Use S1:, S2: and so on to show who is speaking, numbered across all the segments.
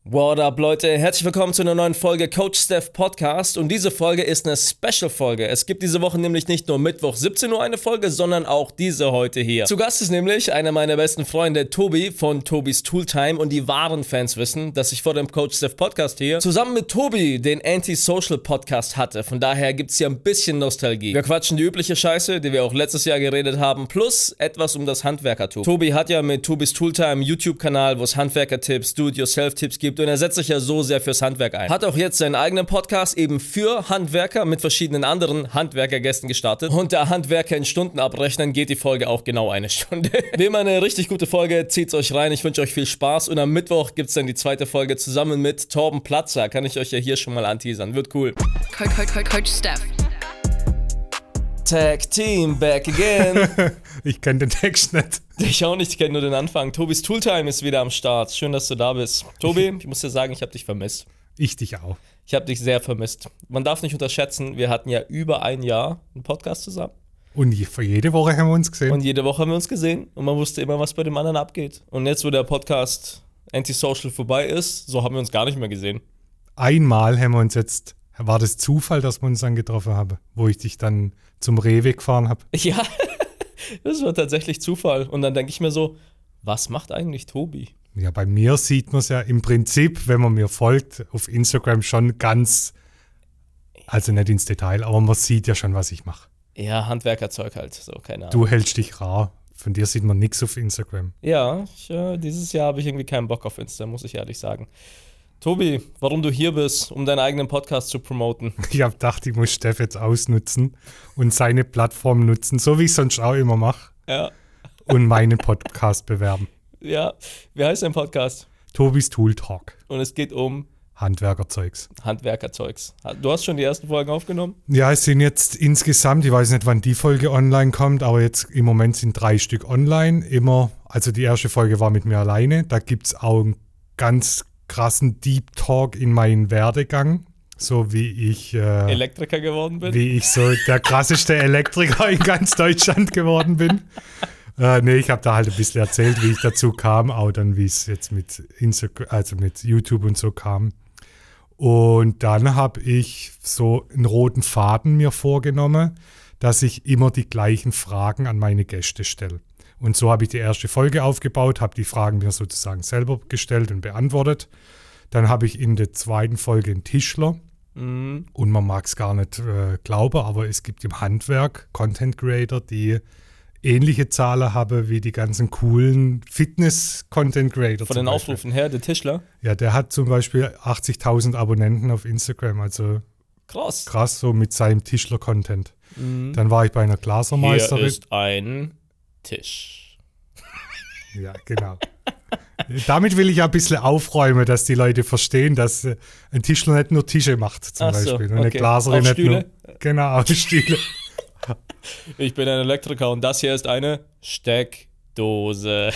S1: What up, Leute? Herzlich willkommen zu einer neuen Folge Coach Steph Podcast und diese Folge ist eine Special-Folge. Es gibt diese Woche nämlich nicht nur Mittwoch 17 Uhr eine Folge, sondern auch diese heute hier. Zu Gast ist nämlich einer meiner besten Freunde, Tobi von Tobis Tooltime, und die wahren Fans wissen, dass ich vor dem Coach Steph Podcast hier zusammen mit Tobi den Anti-Social Podcast hatte. Von daher gibt es hier ein bisschen Nostalgie. Wir quatschen die übliche Scheiße, die wir auch letztes Jahr geredet haben, plus etwas um das Handwerkertum. Tobi hat ja mit Tobis Tooltime YouTube-Kanal, wo es Handwerker-Tipps, Do-it-yourself-Tipps gibt, und er setzt sich ja so sehr fürs Handwerk ein. Hat auch jetzt seinen eigenen Podcast eben für Handwerker mit verschiedenen anderen Handwerkergästen gestartet. Und da Handwerker in Stunden abrechnen, geht die Folge auch genau eine Stunde. Wie immer eine richtig gute Folge, zieht's euch rein. Ich wünsche euch viel Spaß und am Mittwoch gibt's dann die zweite Folge zusammen mit Torben Platzer. Kann ich euch ja hier schon mal anteasern. Wird cool.
S2: Coach Steph.
S1: Tag Team, back again.
S3: Ich kenne den Text nicht.
S1: Ich auch nicht, ich kenne nur den Anfang. Tobis Tooltime ist wieder am Start. Schön, dass du da bist. Tobi, ich muss dir sagen, ich habe dich vermisst.
S3: Ich dich auch.
S1: Ich habe dich sehr vermisst. Man darf nicht unterschätzen, wir hatten ja über ein Jahr einen Podcast zusammen.
S3: Und für jede Woche haben wir uns gesehen.
S1: Und jede Woche haben wir uns gesehen und man wusste immer, was bei dem anderen abgeht. Und jetzt, wo der Podcast Anti-Social vorbei ist, so haben wir uns gar nicht mehr gesehen.
S3: Einmal haben wir uns jetzt, war das Zufall, dass wir uns dann getroffen haben, wo ich dich dann zum Rewe gefahren habe.
S1: Ja, das war tatsächlich Zufall. Und dann denke ich mir so, was macht eigentlich Tobi?
S3: Ja, bei mir sieht man es ja im Prinzip, wenn man mir folgt, auf Instagram schon ganz, also nicht ins Detail, aber man sieht ja schon, was ich mache.
S1: Ja, Handwerkerzeug halt, so, keine Ahnung.
S3: Du hältst dich rar. Von dir sieht man nichts auf Instagram.
S1: Ja, dieses Jahr habe ich irgendwie keinen Bock auf Insta, muss ich ehrlich sagen. Tobi, warum du hier bist, um deinen eigenen Podcast zu promoten?
S3: Ich habe gedacht, ich muss Steff jetzt ausnutzen und seine Plattform nutzen, so wie ich es sonst auch immer mache.
S1: Ja.
S3: Und meinen Podcast bewerben.
S1: Ja, wie heißt dein Podcast?
S3: Tobis Tool Talk.
S1: Und es geht um
S3: Handwerkerzeugs.
S1: Du hast schon die ersten Folgen aufgenommen?
S3: Ja, es sind jetzt insgesamt, ich weiß nicht, wann die Folge online kommt, aber jetzt im Moment sind 3 Stück online. Immer, also die erste Folge war mit mir alleine. Da gibt es auch einen ganz krassen Deep Talk in meinen Werdegang. So wie ich
S1: Elektriker geworden bin?
S3: Wie ich so der krasseste Elektriker in ganz Deutschland geworden bin. Nee, ich habe da halt ein bisschen erzählt, wie ich dazu kam, auch dann, wie es jetzt mit Instagram, also mit YouTube und so kam. Und dann habe ich so einen roten Faden mir vorgenommen, dass ich immer die gleichen Fragen an meine Gäste stelle. Und so habe ich die erste Folge aufgebaut, habe die Fragen mir sozusagen selber gestellt und beantwortet. Dann habe ich in der zweiten Folge einen Tischler. Und man mag es gar nicht glauben, aber es gibt im Handwerk Content Creator, die ähnliche Zahlen haben wie die ganzen coolen Fitness-Content Creator.
S1: Von den Aufrufen her, der Tischler?
S3: Ja, der hat zum Beispiel 80.000 Abonnenten auf Instagram, also krass so mit seinem Tischler-Content. Dann war ich bei einer Glasermeisterin.
S1: Hier ist ein Tisch.
S3: Ja, genau. Damit will ich ja ein bisschen aufräumen, dass die Leute verstehen, dass ein Tischler nicht nur Tische macht, zum Beispiel. Und eine Glaserin nicht nur. Genau, auch Stühle.
S1: Ich bin ein Elektriker und das hier ist eine Steckdose.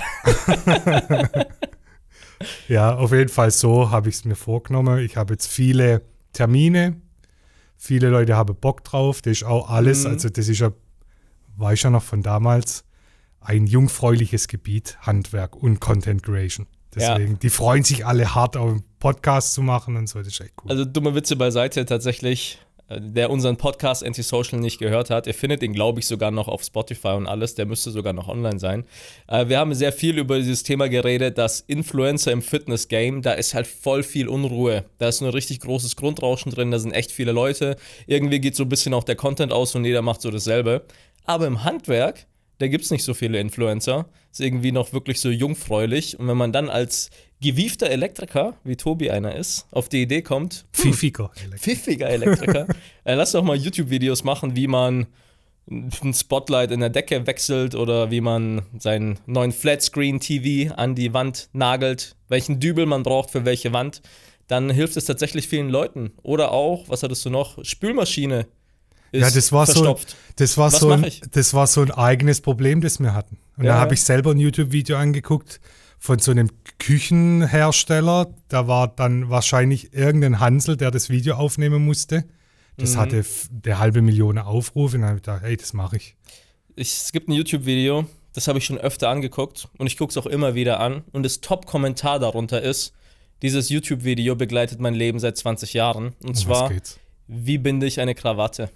S3: Ja, auf jeden Fall so habe ich es mir vorgenommen. Ich habe jetzt viele Termine. Viele Leute haben Bock drauf. Das ist auch alles, also das ist ja, weiß ja noch von damals, ein jungfräuliches Gebiet, Handwerk und Content Creation. Deswegen, die freuen sich alle hart, auf einen Podcast zu machen und so, das ist echt cool.
S1: Also dumme Witze beiseite, tatsächlich, der unseren Podcast Anti-Social nicht gehört hat, ihr findet ihn, glaube ich, sogar noch auf Spotify und alles, der müsste sogar noch online sein. Wir haben sehr viel über dieses Thema geredet, dass Influencer im Fitness-Game, da ist halt voll viel Unruhe. Da ist ein richtig großes Grundrauschen drin, da sind echt viele Leute. Irgendwie geht so ein bisschen auch der Content aus und jeder macht so dasselbe. Aber im Handwerk, da gibt es nicht so viele Influencer. Ist irgendwie noch wirklich so jungfräulich. Und wenn man dann als gewiefter Elektriker, wie Tobi einer ist, auf die Idee kommt, pfiffiger Elektriker, lass doch mal YouTube-Videos machen, wie man ein Spotlight in der Decke wechselt oder wie man seinen neuen Flatscreen-TV an die Wand nagelt, welchen Dübel man braucht für welche Wand, dann hilft es tatsächlich vielen Leuten. Oder auch, was hattest du noch? Spülmaschine.
S3: Ja, das war so ein eigenes Problem, das wir hatten. Und da habe ich selber ein YouTube-Video angeguckt von so einem Küchenhersteller. Da war dann wahrscheinlich irgendein Hansel, der das Video aufnehmen musste. Das hatte eine 500.000 Aufrufe. Und dann habe ich gedacht, hey, das mache ich.
S1: Es gibt ein YouTube-Video, das habe ich schon öfter angeguckt. Und ich gucke es auch immer wieder an. Und das Top-Kommentar darunter ist, Dieses YouTube-Video begleitet mein Leben seit 20 Jahren. Und zwar, wie binde ich eine Krawatte?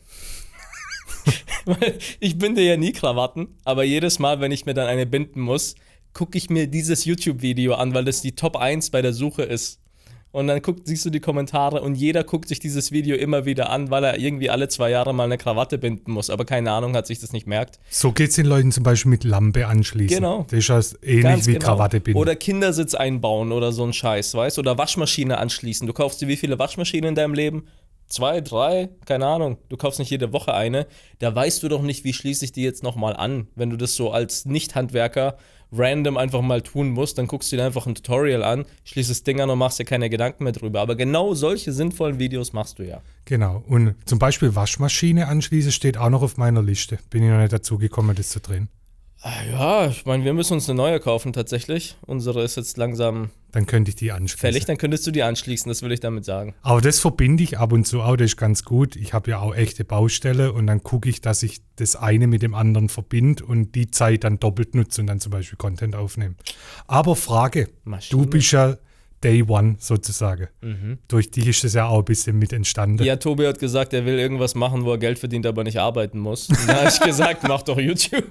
S1: Weil ich binde ja nie Krawatten, aber jedes Mal, wenn ich mir dann eine binden muss, gucke ich mir dieses YouTube-Video an, weil das die Top 1 bei der Suche ist. Und dann siehst du die Kommentare und jeder guckt sich dieses Video immer wieder an, weil er irgendwie alle 2 Jahre mal eine Krawatte binden muss. Aber keine Ahnung, hat sich das nicht merkt.
S3: So geht es den Leuten zum Beispiel mit Lampe anschließen.
S1: Genau.
S3: Das ist ja ähnlich
S1: Ganz
S3: wie
S1: genau.
S3: Krawatte binden.
S1: Oder Kindersitz einbauen oder so ein Scheiß, weißt du? Oder Waschmaschine anschließen. Du kaufst dir wie viele Waschmaschinen in deinem Leben? 2, 3, keine Ahnung. Du kaufst nicht jede Woche eine. Da weißt du doch nicht, wie schließe ich die jetzt nochmal an. Wenn du das so als Nicht-Handwerker random einfach mal tun musst, dann guckst du dir einfach ein Tutorial an, schließt das Ding an und machst dir keine Gedanken mehr drüber. Aber genau solche sinnvollen Videos machst du ja.
S3: Genau. Und zum Beispiel Waschmaschine anschließen steht auch noch auf meiner Liste. Bin ich noch nicht dazu gekommen, das zu drehen.
S1: Ja, ich meine, wir müssen uns eine neue kaufen tatsächlich. Unsere ist jetzt langsam
S3: Dann könnte ich die anschließen.
S1: fällig, dann könntest du die anschließen, das will ich damit sagen.
S3: Aber das verbinde ich ab und zu auch, das ist ganz gut. Ich habe ja auch echte Baustelle und dann gucke ich, dass ich das eine mit dem anderen verbinde und die Zeit dann doppelt nutze und dann zum Beispiel Content aufnehme. Aber Frage,
S1: Maschine.
S3: du bist ja Day One sozusagen. Durch dich ist das ja auch ein bisschen mit entstanden.
S1: Ja, Tobi hat gesagt, er will irgendwas machen, wo er Geld verdient, aber nicht arbeiten muss. Und da habe ich gesagt, mach doch YouTube.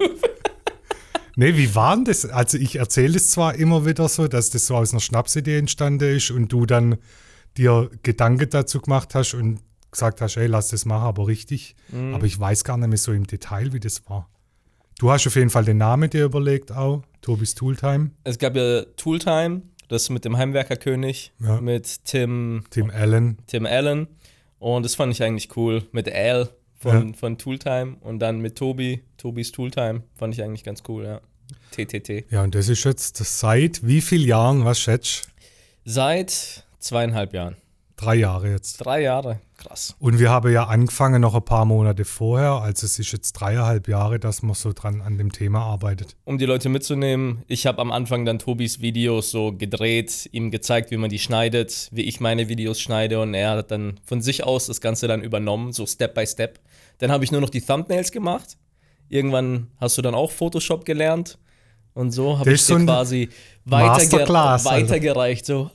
S3: Nee, wie war denn das? Also ich erzähle es zwar immer wieder so, dass das so aus einer Schnapsidee entstanden ist und du dann dir Gedanken dazu gemacht hast und gesagt hast, ey, lass das machen, aber richtig. Aber ich weiß gar nicht mehr so im Detail, wie das war. Du hast auf jeden Fall den Namen dir überlegt auch, Tobis Tooltime.
S1: Es gab ja Tooltime, das mit dem Heimwerkerkönig,
S3: Ja.
S1: mit Tim
S3: Allen.
S1: Und das fand ich eigentlich cool. Mit Al von Tooltime und dann mit Tobis Tooltime, fand ich eigentlich ganz cool, ja. TTT.
S3: Ja, und das ist jetzt seit wie vielen Jahren, was schätzt du?
S1: Seit 2,5 Jahren.
S3: 3 Jahre jetzt.
S1: 3 Jahre, krass.
S3: Und wir haben ja angefangen noch ein paar Monate vorher, also es ist jetzt 3,5 Jahre, dass man so dran an dem Thema arbeitet.
S1: Um die Leute mitzunehmen, ich habe am Anfang dann Tobis Videos so gedreht, ihm gezeigt, wie man die schneidet, wie ich meine Videos schneide und er hat dann von sich aus das Ganze dann übernommen, so Step by Step. Dann habe ich nur noch die Thumbnails gemacht. Irgendwann hast du dann auch Photoshop gelernt und so habe ich
S3: so
S1: dir
S3: ein
S1: quasi weitergereicht, so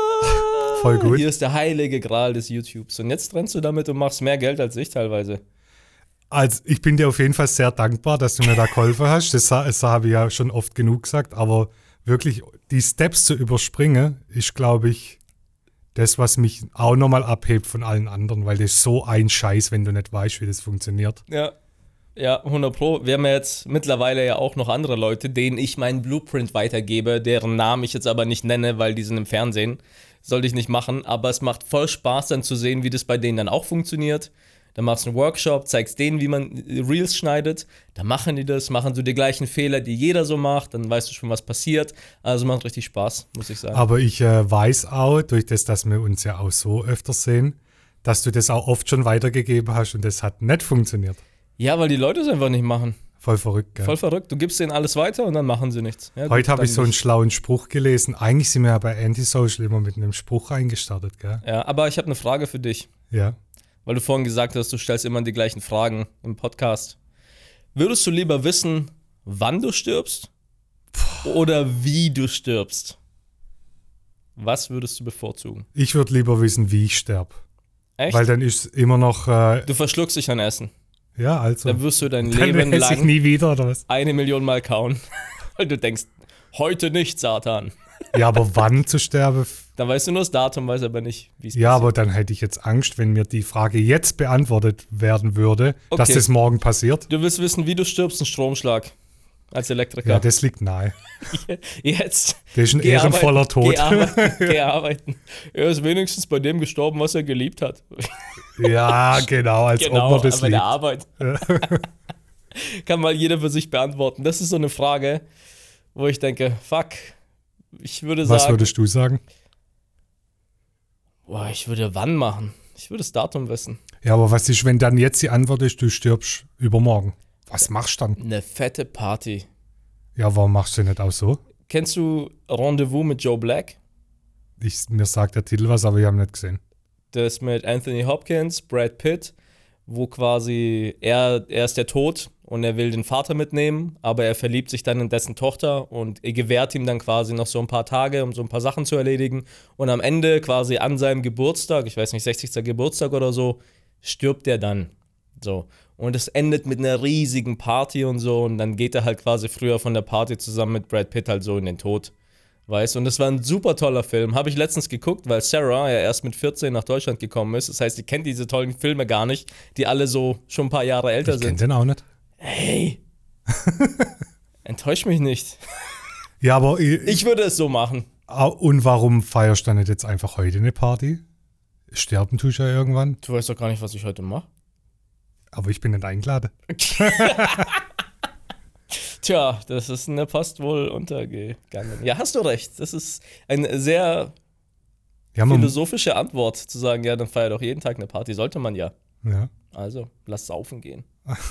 S3: Voll gut.
S1: hier ist der heilige Gral des YouTubes und jetzt rennst du damit und machst mehr Geld als ich teilweise.
S3: Also ich bin dir auf jeden Fall sehr dankbar, dass du mir da geholfen hast. Das habe ich ja schon oft genug gesagt, aber wirklich die Steps zu überspringen, ist, glaube ich, das, was mich auch nochmal abhebt von allen anderen, weil das ist so ein Scheiß, wenn du nicht weißt, wie das funktioniert.
S1: Ja, 100 Pro. Wir haben ja jetzt mittlerweile ja auch noch andere Leute, denen ich meinen Blueprint weitergebe, deren Namen ich jetzt aber nicht nenne, weil die sind im Fernsehen. Sollte ich nicht machen, aber es macht voll Spaß dann zu sehen, wie das bei denen dann auch funktioniert. Dann machst du einen Workshop, zeigst denen, wie man Reels schneidet. Dann machen die das, machen so die gleichen Fehler, die jeder so macht. Dann weißt du schon, was passiert. Also macht richtig Spaß, muss ich sagen.
S3: Aber ich weiß auch, durch das, dass wir uns ja auch so öfter sehen, dass du das auch oft schon weitergegeben hast und das hat nicht funktioniert.
S1: Ja, weil die Leute es einfach nicht machen.
S3: Voll verrückt, gell?
S1: Voll verrückt. Du gibst denen alles weiter und dann machen sie nichts. Ja,
S3: Heute habe ich so einen
S1: nicht.
S3: schlauen Spruch gelesen. Eigentlich sind wir ja bei Antisocial immer mit einem Spruch reingestartet, gell?
S1: Ja, aber ich habe eine Frage für dich.
S3: Ja.
S1: Weil du vorhin gesagt hast, du stellst immer die gleichen Fragen im Podcast. Würdest du lieber wissen, wann du stirbst oder wie du stirbst? Was würdest du bevorzugen?
S3: Ich würde lieber wissen, wie ich sterbe.
S1: Echt?
S3: Weil dann ist immer noch,
S1: Du verschluckst dich an Essen.
S3: ja, also.
S1: Dann wirst du dein
S3: Dann
S1: Leben
S3: esse ich
S1: lang
S3: nie wieder, oder was?
S1: 1 Million Mal kauen. Weil du denkst, heute nicht, Satan.
S3: Ja, aber wann zu sterben?
S1: Dann weißt du nur das Datum, weißt aber nicht, wie es
S3: Ja,
S1: passiert.
S3: aber dann hätte ich jetzt Angst, wenn mir die Frage jetzt beantwortet werden würde, dass
S1: Okay.
S3: das morgen passiert.
S1: Du willst wissen, wie du stirbst, ein Stromschlag. Als Elektriker.
S3: Ja, das liegt nahe.
S1: Jetzt.
S3: Das ist ein
S1: Geh
S3: ehrenvoller
S1: arbeiten,
S3: Tod.
S1: Geh arbeiten. Er ist wenigstens bei dem gestorben, was er geliebt hat.
S3: Ja, genau, als
S1: Genau,
S3: ob man das
S1: aber
S3: liebt.
S1: der Arbeit. Kann mal jeder für sich beantworten. Das ist so eine Frage, wo ich denke, fuck, ich würde
S3: Was
S1: sagen,
S3: würdest du sagen?
S1: boah, ich würde wann machen? Ich würde das Datum wissen.
S3: Ja, aber was ist, wenn dann jetzt die Antwort ist, du stirbst übermorgen? Was machst du dann?
S1: Eine fette Party.
S3: Ja, warum machst du nicht auch so?
S1: Kennst du Rendezvous mit Joe Black?
S3: Mir sagt der Titel was, aber ich habe nicht gesehen.
S1: Das mit Anthony Hopkins, Brad Pitt, wo quasi er ist der Tod und er will den Vater mitnehmen, aber er verliebt sich dann in dessen Tochter und er gewährt ihm dann quasi noch so ein paar Tage, um so ein paar Sachen zu erledigen. Und am Ende quasi an seinem Geburtstag, ich weiß nicht, 60. Geburtstag oder so, stirbt er dann. So. Und es endet mit einer riesigen Party und so und dann geht er halt quasi früher von der Party zusammen mit Brad Pitt halt so in den Tod. Weißt, und das war ein super toller Film. Habe ich letztens geguckt, weil Sarah ja erst mit 14 nach Deutschland gekommen ist. Das heißt, die kennt diese tollen Filme gar nicht, die alle so schon ein paar Jahre älter sind.
S3: Ich kenn den auch nicht.
S1: Hey, enttäusch mich nicht.
S3: Ja, aber
S1: Ich würde es so machen.
S3: Und warum feierst du dann nicht jetzt einfach heute eine Party? Sterben tust du ja irgendwann.
S1: Du weißt doch gar nicht, was ich heute mache.
S3: Aber ich bin nicht eingeladen.
S1: Tja, das ist in der Post wohl untergegangen. Ja, hast du recht. Das ist eine sehr philosophische Antwort, zu sagen, ja, dann feier doch jeden Tag eine Party. Sollte man ja.
S3: Ja.
S1: Also, lass saufen gehen.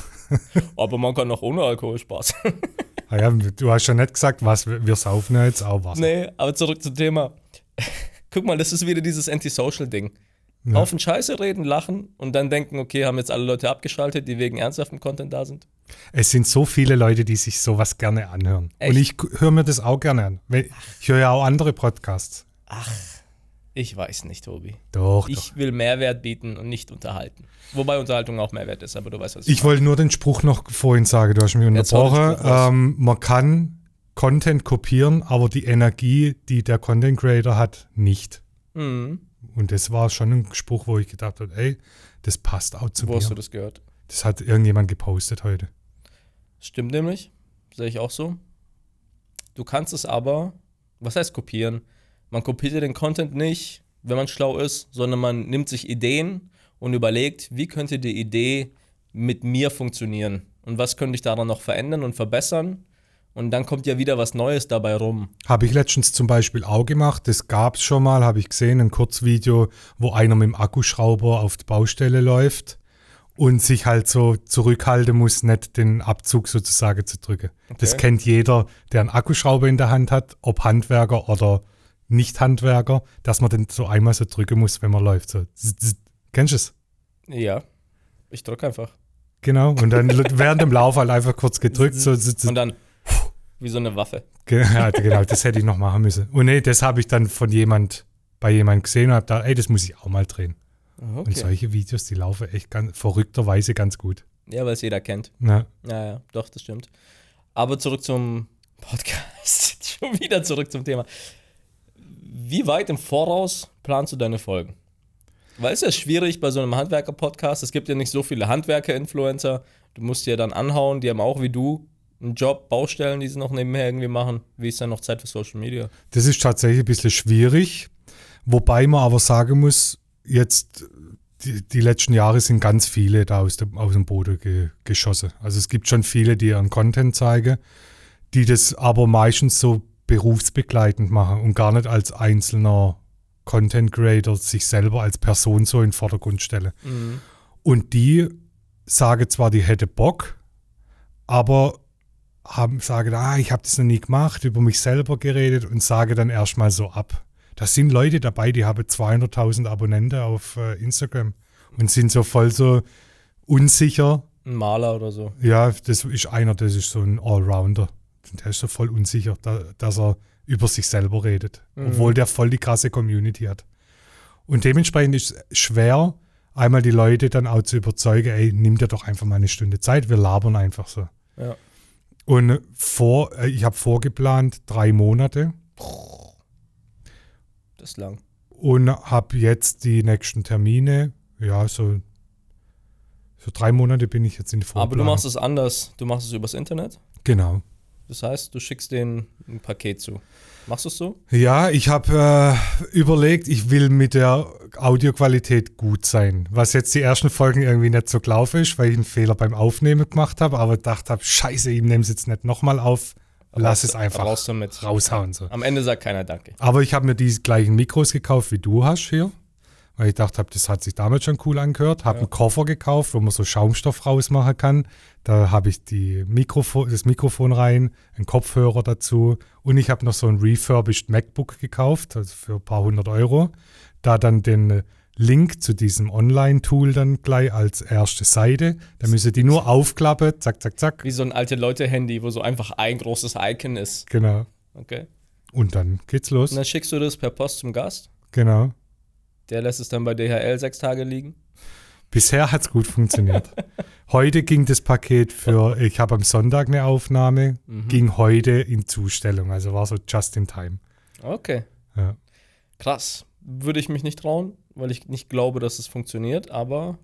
S1: Aber man kann auch ohne Alkohol Spaß.
S3: Ja, du hast ja nicht gesagt, wir saufen ja jetzt auch Wasser.
S1: Nee, aber zurück zum Thema. Guck mal, das ist wieder dieses Antisocial-Ding.
S3: Ja.
S1: Haufen Scheiße reden, lachen und dann denken, okay, haben jetzt alle Leute abgeschaltet, die wegen ernsthaftem Content da sind.
S3: Es sind so viele Leute, die sich sowas gerne anhören.
S1: Echt?
S3: Und ich höre mir das auch gerne an. Ich höre ja auch andere Podcasts.
S1: Ach, ich weiß nicht, Tobi.
S3: Doch.
S1: Ich will Mehrwert bieten und nicht unterhalten. Wobei Unterhaltung auch Mehrwert ist, aber du weißt, was
S3: Ich wollte nur den Spruch noch vorhin sagen, du hast mich
S1: Jetzt hau den Spruch
S3: unterbrochen.
S1: raus.
S3: Man kann Content kopieren, aber die Energie, die der Content Creator hat, nicht.
S1: Mhm.
S3: Und das war schon ein Spruch, wo ich gedacht habe, ey, das passt auch zu
S1: Wo
S3: mir.
S1: hast du das gehört?
S3: Das hat irgendjemand gepostet heute.
S1: Stimmt nämlich, sehe ich auch so. Du kannst es aber, was heißt kopieren? Man kopiert ja den Content nicht, wenn man schlau ist, sondern man nimmt sich Ideen und überlegt, wie könnte die Idee mit mir funktionieren und was könnte ich daran noch verändern und verbessern und dann kommt ja wieder was Neues dabei rum.
S3: Habe ich letztens zum Beispiel auch gemacht. Das gab es schon mal, habe ich gesehen, ein Kurzvideo, wo einer mit dem Akkuschrauber auf die Baustelle läuft und sich halt so zurückhalten muss, nicht den Abzug sozusagen zu drücken.
S1: Okay.
S3: Das kennt jeder, der einen Akkuschrauber in der Hand hat, ob Handwerker oder Nicht-Handwerker, dass man den so einmal so drücken muss, wenn man läuft. So. Kennst du es?
S1: Ja, ich drücke einfach.
S3: Genau. Und dann während dem Lauf halt einfach kurz gedrückt. So.
S1: Und dann wie so eine Waffe.
S3: Ja, genau, das hätte ich noch machen müssen. Und nee, das habe ich dann bei jemandem gesehen und habe gedacht, ey, das muss ich auch mal drehen.
S1: Okay.
S3: Und solche Videos, die laufen echt verrückterweise ganz gut.
S1: Ja, weil es jeder kennt.
S3: Ja.
S1: Ja, doch, das stimmt. Aber zurück zum Podcast. Schon wieder zurück zum Thema. Wie weit im Voraus planst du deine Folgen? Weil es ist ja schwierig bei so einem Handwerker-Podcast. Es gibt ja nicht so viele Handwerker-Influencer. Du musst ja dann anhauen, die haben auch wie du einen Job, Baustellen, die sie noch nebenher irgendwie machen. Wie ist dann noch Zeit für Social Media?
S3: Das ist tatsächlich ein bisschen schwierig, wobei man aber sagen muss, jetzt die letzten Jahre sind ganz viele da aus dem Boden geschossen. Also es gibt schon viele, die ihren Content zeigen, die das aber meistens so berufsbegleitend machen und gar nicht als einzelner Content Creator sich selber als Person so in den Vordergrund stellen.
S1: Mhm.
S3: Und die sagen zwar, die hätte Bock, aber sagen, ich habe das noch nie gemacht, über mich selber geredet und sage dann erstmal so ab. Da sind Leute dabei, die haben 200.000 Abonnenten auf Instagram und sind so voll so unsicher.
S1: Ein Maler oder so.
S3: Ja, das ist so ein Allrounder. Der ist so voll unsicher, dass er über sich selber redet, obwohl der voll die krasse Community hat. Und dementsprechend ist es schwer, einmal die Leute dann auch zu überzeugen, ey, nimm dir doch einfach mal eine Stunde Zeit, wir labern einfach so.
S1: Ja.
S3: Und ich habe vorgeplant 3 Monate.
S1: Das ist lang.
S3: Und habe jetzt die nächsten Termine. Ja, so 3 Monate bin ich jetzt in die Vorplanung.
S1: Aber du machst es anders. Du machst es übers Internet.
S3: Genau.
S1: Das heißt, du schickst denen ein Paket zu. Machst du es so?
S3: Ja, ich habe überlegt, ich will mit der Audioqualität gut sein. Was jetzt die ersten Folgen irgendwie nicht so gelaufen ist, weil ich einen Fehler beim Aufnehmen gemacht habe, aber gedacht habe, scheiße, ich nehme es jetzt nicht nochmal auf. Lass es einfach
S1: raus damit.
S3: Raushauen. So.
S1: Am Ende sagt keiner Danke.
S3: Aber ich habe mir die gleichen Mikros gekauft, wie du hast hier. Weil ich dachte, das hat sich damals schon cool angehört. Habe einen Koffer gekauft, wo man so Schaumstoff rausmachen kann. Da habe ich das Mikrofon rein, einen Kopfhörer dazu. Und ich habe noch so ein refurbished MacBook gekauft, also für ein paar 100 €. Da dann den Link zu diesem Online-Tool dann gleich als erste Seite. Da müssen die nur aufklappen, zack, zack, zack.
S1: Wie so ein alte Leute-Handy, wo so einfach ein großes Icon ist.
S3: Genau.
S1: Okay.
S3: Und dann geht's los.
S1: Und dann schickst du das per Post zum Gast.
S3: Genau.
S1: Der lässt es dann bei DHL 6 Tage liegen.
S3: Bisher hat es gut funktioniert. Heute ging das Paket ich habe am Sonntag eine Aufnahme, ging heute in Zustellung. Also war so just in time.
S1: Okay.
S3: Ja.
S1: Krass. Würde ich mich nicht trauen, weil ich nicht glaube, dass es funktioniert, aber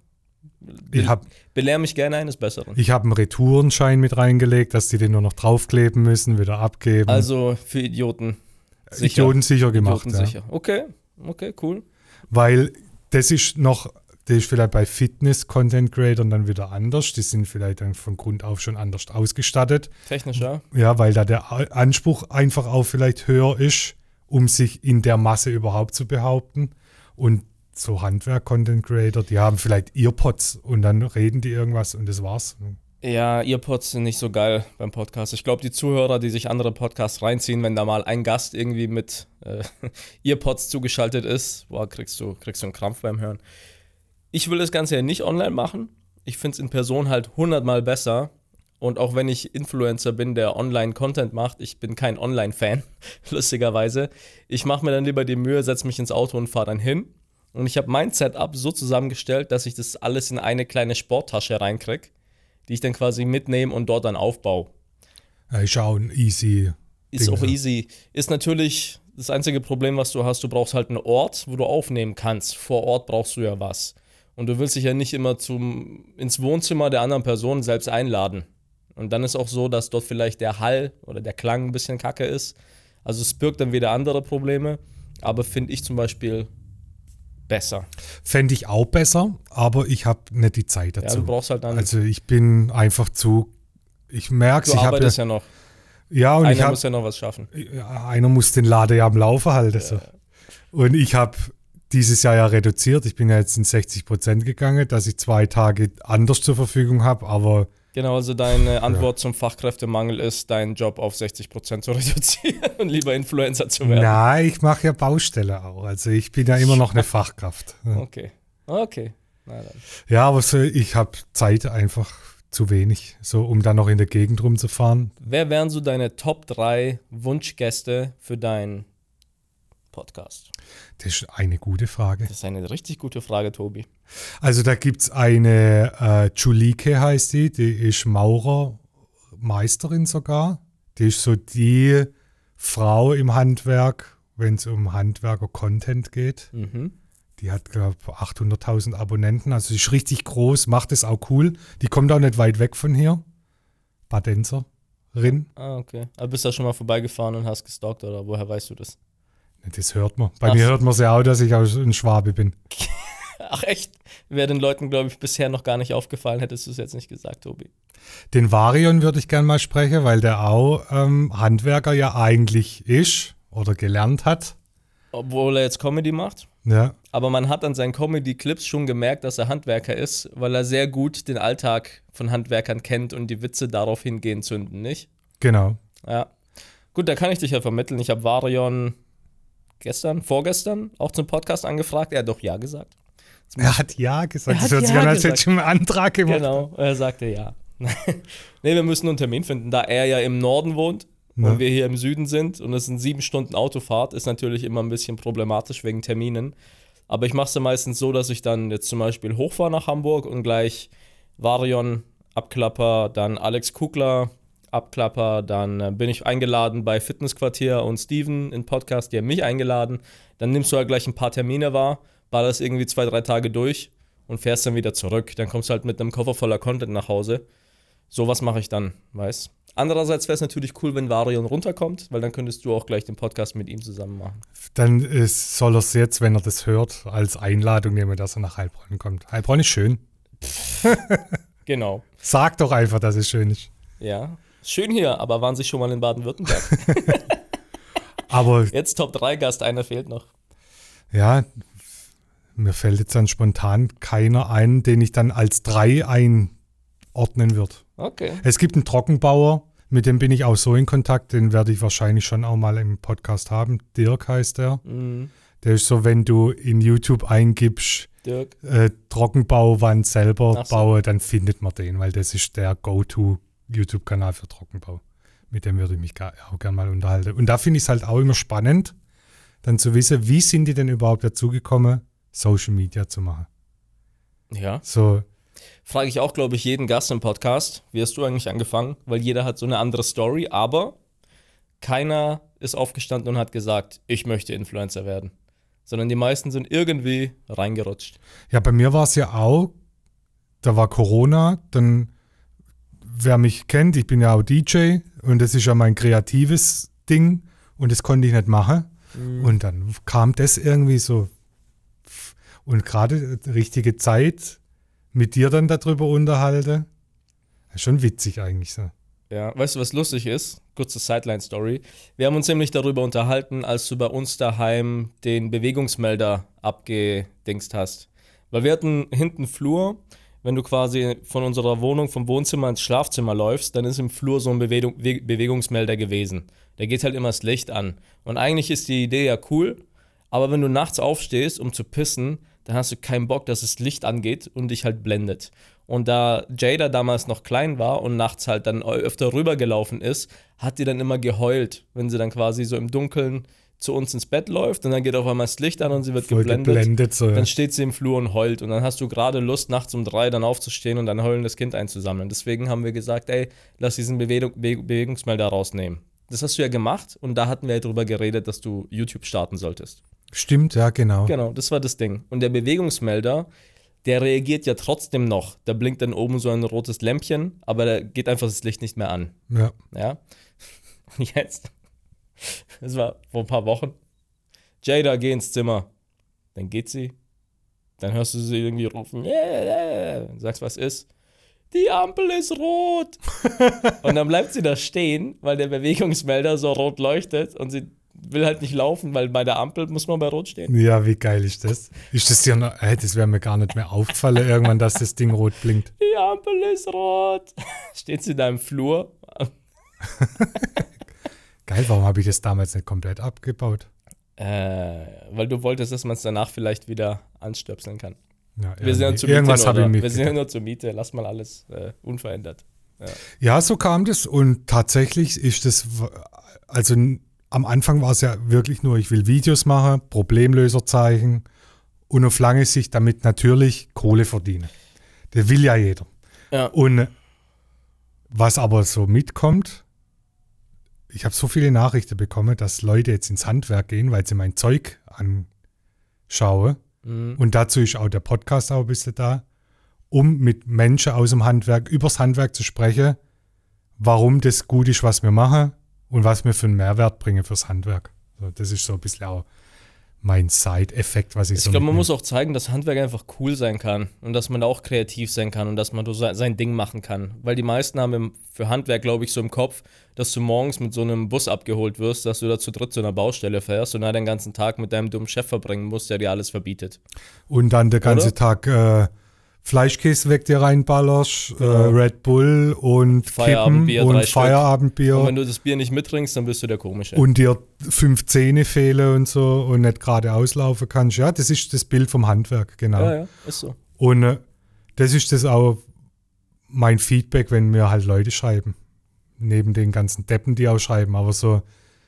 S1: belehr mich gerne eines Besseren.
S3: Ich habe einen Retourenschein mit reingelegt, dass die den nur noch draufkleben müssen, wieder abgeben.
S1: Also für Idioten sicher.
S3: Idioten sicher gemacht.
S1: Idioten sicher. Okay, cool.
S3: Weil das ist vielleicht bei Fitness-Content-Creatern dann wieder anders. Die sind vielleicht dann von Grund auf schon anders ausgestattet.
S1: Technisch, ja.
S3: Ja, weil da der Anspruch einfach auch vielleicht höher ist, um sich in der Masse überhaupt zu behaupten. Und so Handwerk-Content-Creator, die haben vielleicht Earpods und dann reden die irgendwas und das war's.
S1: Ja, Earpods sind nicht so geil beim Podcast. Ich glaube, die Zuhörer, die sich andere Podcasts reinziehen, wenn da mal ein Gast irgendwie mit Earpods zugeschaltet ist, boah, kriegst du einen Krampf beim Hören. Ich will das Ganze ja nicht online machen. Ich finde es in Person halt 100-mal besser. Und auch wenn ich Influencer bin, der Online-Content macht, ich bin kein Online-Fan, lustigerweise. Ich mache mir dann lieber die Mühe, setze mich ins Auto und fahre dann hin. Und ich habe mein Setup so zusammengestellt, dass ich das alles in eine kleine Sporttasche reinkriege, die ich dann quasi mitnehme und dort dann aufbaue.
S3: Ja, ist auch ein easy.
S1: Ist auch easy. Ist natürlich das einzige Problem, was du hast, du brauchst halt einen Ort, wo du aufnehmen kannst. Vor Ort brauchst du ja was. Und du willst dich ja nicht immer ins Wohnzimmer der anderen Person selbst einladen. Und dann ist auch so, dass dort vielleicht der Hall oder der Klang ein bisschen kacke ist. Also es birgt dann wieder andere Probleme, aber finde ich zum Beispiel besser.
S3: Fände ich auch besser, aber ich habe nicht die Zeit dazu.
S1: Ja, du brauchst halt dann...
S3: Also ich bin einfach ich merke es.
S1: Du arbeitest ja noch.
S3: Ja, und
S1: einer muss ja noch was schaffen.
S3: Einer muss den Laden ja am Laufen halten. So. Und ich habe dieses Jahr ja reduziert. Ich bin ja jetzt in 60% gegangen, dass ich 2 Tage anders zur Verfügung habe, aber...
S1: Genau, also deine Antwort zum Fachkräftemangel ist, deinen Job auf 60% zu reduzieren und lieber Influencer zu werden.
S3: Nein, ich mache ja Baustelle auch. Also ich bin ja immer noch eine Fachkraft.
S1: Okay. Na dann.
S3: Ja, aber so, ich habe Zeit einfach zu wenig, so um dann noch in der Gegend rumzufahren.
S1: Wer wären so deine Top 3 Wunschgäste für deinen Podcast?
S3: Das ist eine gute Frage.
S1: Das ist eine richtig gute Frage, Tobi.
S3: Also da gibt es eine Julike heißt die ist Maurermeisterin sogar. Die ist so die Frau im Handwerk, wenn es um Handwerker-Content geht.
S1: Mhm.
S3: Die hat, glaube ich, 800.000 Abonnenten, also die ist richtig groß, macht es auch cool. Die kommt auch nicht weit weg von hier. Badenserin.
S1: Ah, okay. Aber bist du da schon mal vorbeigefahren und hast gestalkt, oder woher weißt du das?
S3: Das hört man. Bei mir hört man es ja auch, dass ich auch ein Schwabe bin.
S1: Ach echt? Wäre den Leuten, glaube ich, bisher noch gar nicht aufgefallen, hättest du es jetzt nicht gesagt, Tobi.
S3: Den Varion würde ich gerne mal sprechen, weil der auch Handwerker ja eigentlich ist oder gelernt hat.
S1: Obwohl er jetzt Comedy macht.
S3: Ja.
S1: Aber man hat an seinen Comedy-Clips schon gemerkt, dass er Handwerker ist, weil er sehr gut den Alltag von Handwerkern kennt und die Witze darauf hingehen zünden, nicht?
S3: Genau.
S1: Ja. Gut, da kann ich dich ja vermitteln. Ich habe Varion vorgestern auch zum Podcast angefragt. Er hat doch ja gesagt.
S3: Er hat ja gesagt. Das hört sich an, als hätte ich schon einen Antrag gemacht.
S1: Genau, er sagte ja. Nee, wir müssen einen Termin finden, da er ja im Norden wohnt und wir hier im Süden sind und es sind 7 Stunden Autofahrt, ist natürlich immer ein bisschen problematisch wegen Terminen. Aber ich mache es ja meistens so, dass ich dann jetzt zum Beispiel hochfahre nach Hamburg und gleich Varion abklapper, dann Alex Kugler abklapper, dann bin ich eingeladen bei Fitnessquartier und Steven in Podcast, die haben mich eingeladen. Dann nimmst du halt gleich ein paar Termine wahr, ballerst irgendwie 2-3 Tage durch und fährst dann wieder zurück. Dann kommst du halt mit einem Koffer voller Content nach Hause. Sowas mache ich dann, weißt. Andererseits wäre es natürlich cool, wenn Varion runterkommt, weil dann könntest du auch gleich den Podcast mit ihm zusammen machen.
S3: Dann soll er es jetzt, wenn er das hört, als Einladung nehmen, dass er nach Heilbronn kommt. Heilbronn ist schön.
S1: Genau.
S3: Sag doch einfach, dass es schön ist.
S1: Ja, schön hier, aber waren Sie schon mal in Baden-Württemberg?
S3: Aber
S1: jetzt Top 3 Gast, einer fehlt noch.
S3: Ja, mir fällt jetzt dann spontan keiner ein, den ich dann als 3 einordnen würde.
S1: Okay.
S3: Es gibt einen Trockenbauer, mit dem bin ich auch so in Kontakt, den werde ich wahrscheinlich schon auch mal im Podcast haben. Dirk heißt der.
S1: Mhm.
S3: Der ist so, wenn du in YouTube eingibst,
S1: Dirk.
S3: Trockenbauwand selber
S1: Ach so.
S3: baue, dann findet man den, weil das ist der Go-To-YouTube-Kanal für Trockenbau. Mit dem würde ich mich auch gerne mal unterhalten. Und da finde ich es halt auch immer spannend, dann zu wissen, wie sind die denn überhaupt dazu gekommen, Social Media zu machen.
S1: Ja.
S3: So,
S1: Frage ich auch, glaube ich, jeden Gast im Podcast. Wie hast du eigentlich angefangen? Weil jeder hat so eine andere Story, aber keiner ist aufgestanden und hat gesagt, ich möchte Influencer werden. Sondern die meisten sind irgendwie reingerutscht.
S3: ja, bei mir war es ja auch, da war Corona, dann, wer mich kennt, ich bin ja auch DJ und das ist ja mein kreatives Ding und das konnte ich nicht machen. Und dann kam das irgendwie so und gerade die richtige Zeit mit dir dann darüber unterhalte. Schon witzig eigentlich so.
S1: Ja, weißt du, was lustig ist? Kurze Sideline-Story. Wir haben uns nämlich darüber unterhalten, als du bei uns daheim den Bewegungsmelder abgedingst hast. Weil wir hatten hinten Flur, wenn du quasi von unserer Wohnung, vom Wohnzimmer ins Schlafzimmer läufst, dann ist im Flur so ein Bewegungsmelder gewesen. Der geht halt immer das Licht an. Und eigentlich ist die Idee ja cool, aber wenn du nachts aufstehst, um zu pissen, dann hast du keinen Bock, dass das Licht angeht und dich halt blendet. Und da Jada damals noch klein war und nachts halt dann öfter rübergelaufen ist, hat die dann immer geheult, wenn sie dann quasi so im Dunkeln zu uns ins Bett läuft und dann geht auf einmal das Licht an und sie wird
S3: Voll geblendet so, ja.
S1: Dann steht sie im Flur und heult und dann hast du gerade Lust, nachts um 3 dann aufzustehen und dann heulendes Kind einzusammeln. Deswegen haben wir gesagt, ey, lass diesen Bewegungsmelder rausnehmen. Das hast du ja gemacht und da hatten wir ja drüber geredet, dass du YouTube starten solltest.
S3: Stimmt, ja, genau.
S1: Genau, das war das Ding. Und der Bewegungsmelder, der reagiert ja trotzdem noch. Da blinkt dann oben so ein rotes Lämpchen, aber da geht einfach das Licht nicht mehr an.
S3: Ja.
S1: Ja. Und jetzt, das war vor ein paar Wochen, Jada, geh ins Zimmer. Dann geht sie. Dann hörst du sie irgendwie rufen. Sagst, was ist? Die Ampel ist rot. Und dann bleibt sie da stehen, weil der Bewegungsmelder so rot leuchtet und sie will halt nicht laufen, weil bei der Ampel muss man bei rot stehen.
S3: Ja, wie geil ist das? Ist das dir noch, das wäre mir gar nicht mehr aufgefallen, irgendwann, dass das Ding rot blinkt.
S1: Die Ampel ist rot. Steht sie da im Flur.
S3: Geil, warum habe ich das damals nicht komplett abgebaut?
S1: Weil du wolltest, dass man es danach vielleicht wieder anstöpseln kann.
S3: Ja,
S1: Wir sind ja zur
S3: irgendwas
S1: Miete,
S3: habe ich
S1: oder? Wir
S3: mitgedacht.
S1: sind ja nur zur Miete, lass mal alles unverändert.
S3: Ja, so kam das und tatsächlich ist das, also am Anfang war es ja wirklich nur, ich will Videos machen, Problemlöser zeigen und auf lange Sicht damit natürlich Kohle verdienen. Das will ja jeder.
S1: Ja.
S3: Und was aber so mitkommt, ich habe so viele Nachrichten bekommen, dass Leute jetzt ins Handwerk gehen, weil sie mein Zeug anschauen. Und dazu ist auch der Podcast auch ein bisschen da, um mit Menschen aus dem Handwerk, übers Handwerk zu sprechen, warum das gut ist, was wir machen und was wir für einen Mehrwert bringen fürs Handwerk. So, das ist so ein bisschen auch mein Side-Effekt, was ich so
S1: Ich glaube, man
S3: mitnehme.
S1: muss auch zeigen, dass Handwerk einfach cool sein kann und dass man da auch kreativ sein kann und dass man so sein Ding machen kann. Weil die meisten haben für Handwerk, glaube ich, so im Kopf, dass du morgens mit so einem Bus abgeholt wirst, dass du da zu dritt zu einer Baustelle fährst und dann den ganzen Tag mit deinem dummen Chef verbringen musst, der dir alles verbietet.
S3: Und dann der ganze
S1: Oder?
S3: Tag Fleischkäse weg dir reinballerst, Red Bull und
S1: Feierabendbier,
S3: Kippen
S1: 3
S3: und
S1: Stück.
S3: Feierabendbier
S1: Und wenn du das Bier nicht mittrinkst, dann bist du der Komische.
S3: und dir 5 Zähne fehlen und so und nicht gerade auslaufen kannst. Ja, das ist das Bild vom Handwerk, genau.
S1: ja, ist so.
S3: Und das ist das auch mein Feedback, wenn mir halt Leute schreiben. Neben den ganzen Deppen, die auch schreiben, aber so,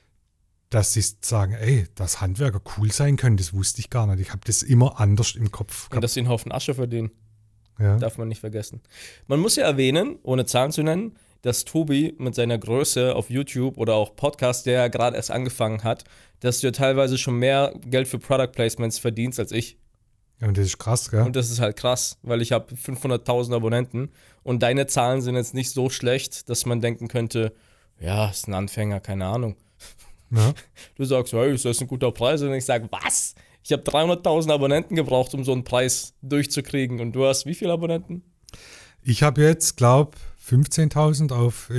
S3: dass sie sagen, ey, dass Handwerker cool sein können, das wusste ich gar nicht. Ich habe das immer anders im Kopf
S1: Und
S3: gehabt.
S1: dass sie einen Haufen Asche verdienen.
S3: Ja.
S1: Darf man nicht vergessen. Man muss ja erwähnen, ohne Zahlen zu nennen, dass Tobi mit seiner Größe auf YouTube oder auch Podcast, der ja gerade erst angefangen hat, dass du ja teilweise schon mehr Geld für Product Placements verdienst als ich.
S3: Und das ist krass, gell?
S1: Und das ist halt krass, weil ich habe 500.000 Abonnenten und deine Zahlen sind jetzt nicht so schlecht, dass man denken könnte, ja, ist ein Anfänger, keine Ahnung.
S3: Ja.
S1: Du sagst, hey, ist das ein guter Preis? Und ich sage, was? Ich habe 300.000 Abonnenten gebraucht, um so einen Preis durchzukriegen. Und du hast wie viele Abonnenten?
S3: Ich habe jetzt, glaube 15.000 auf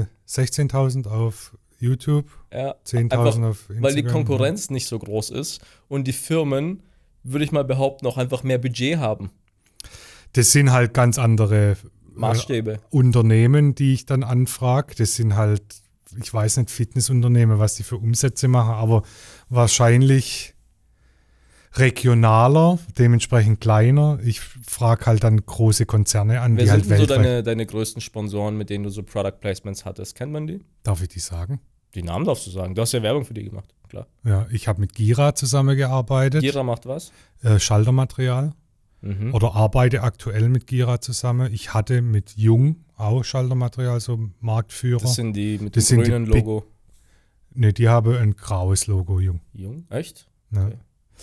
S3: 16.000 auf YouTube,
S1: Ja,
S3: 10.000 auf Instagram.
S1: weil die Konkurrenz nicht so groß ist und die Firmen, würde ich mal behaupten, auch einfach mehr Budget haben.
S3: Das sind halt ganz andere
S1: Maßstäbe.
S3: Unternehmen, die ich dann anfrage. Das sind halt, ich weiß nicht, Fitnessunternehmen, was die für Umsätze machen, aber wahrscheinlich regionaler, dementsprechend kleiner. Ich frage halt dann große Konzerne an,
S1: Wer
S3: die
S1: sind
S3: halt
S1: denn so
S3: weltweit.
S1: deine größten Sponsoren, mit denen du so Product Placements hattest? Kennt man die?
S3: Darf ich die sagen?
S1: Die Namen darfst du sagen. Du hast ja Werbung für die gemacht, klar.
S3: Ja, ich habe mit Gira zusammengearbeitet.
S1: Gira macht was?
S3: Schaltermaterial.
S1: Mhm.
S3: Oder arbeite aktuell mit Gira zusammen. Ich hatte mit Jung auch Schaltermaterial, so Marktführer.
S1: Das sind die mit dem
S3: Das sind die
S1: grünen
S3: Big-
S1: Logo.
S3: Ne, die haben ein graues Logo, Jung.
S1: Jung? Echt?
S3: Ja.
S1: Okay.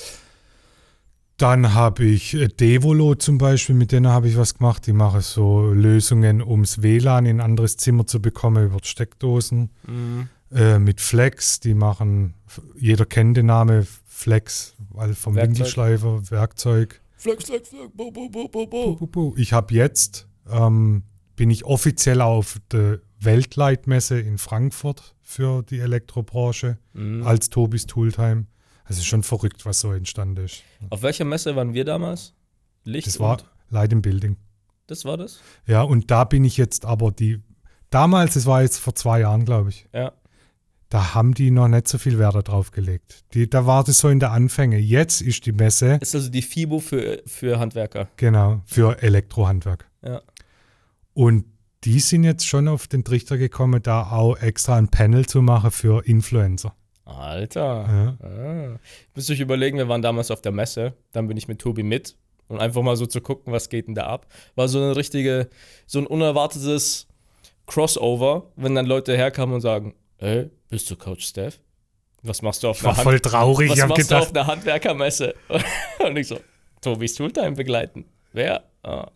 S3: Dann habe ich Devolo zum Beispiel, mit denen habe ich was gemacht. Die machen so Lösungen, ums WLAN in ein anderes Zimmer zu bekommen über Steckdosen.
S1: Mhm.
S3: Mit Flex, die machen, jeder kennt den Namen Flex, weil vom
S1: Werkzeug.
S3: Winkelschleifer, Werkzeug.
S1: Flex, bo, bo, bo, bo, bo.
S3: Ich habe jetzt, bin ich offiziell auf der Weltleitmesse in Frankfurt für die Elektrobranche als Tobis Tooltime. Also schon verrückt, was so entstanden ist.
S1: Auf welcher Messe waren wir damals? Licht
S3: Das war
S1: und?
S3: Light in Building.
S1: Das war das?
S3: Ja, und da bin ich jetzt aber damals, das war jetzt vor 2 Jahren, glaube ich,
S1: Ja.
S3: da haben die noch nicht so viel Wert drauf gelegt. Da war das so in der Anfänge. Jetzt ist die Messe,
S1: Ist also die FIBO für Handwerker.
S3: genau, für Elektrohandwerk.
S1: Ja.
S3: Und die sind jetzt schon auf den Trichter gekommen, da auch extra ein Panel zu machen für Influencer.
S1: Alter.
S3: Ja.
S1: Ah. Müsst ihr euch überlegen, wir waren damals auf der Messe, dann bin ich mit Tobi mit und einfach mal so zu gucken, was geht denn da ab. War so ein unerwartetes Crossover, wenn dann Leute herkamen und sagen, ey, bist du Coach Steph? Was machst du auf
S3: War voll traurig.
S1: Was
S3: Ich habe
S1: machst du auf
S3: gedacht,
S1: einer Handwerkermesse? Und ich so, Tobis Tooltime begleiten. Wer? Ah,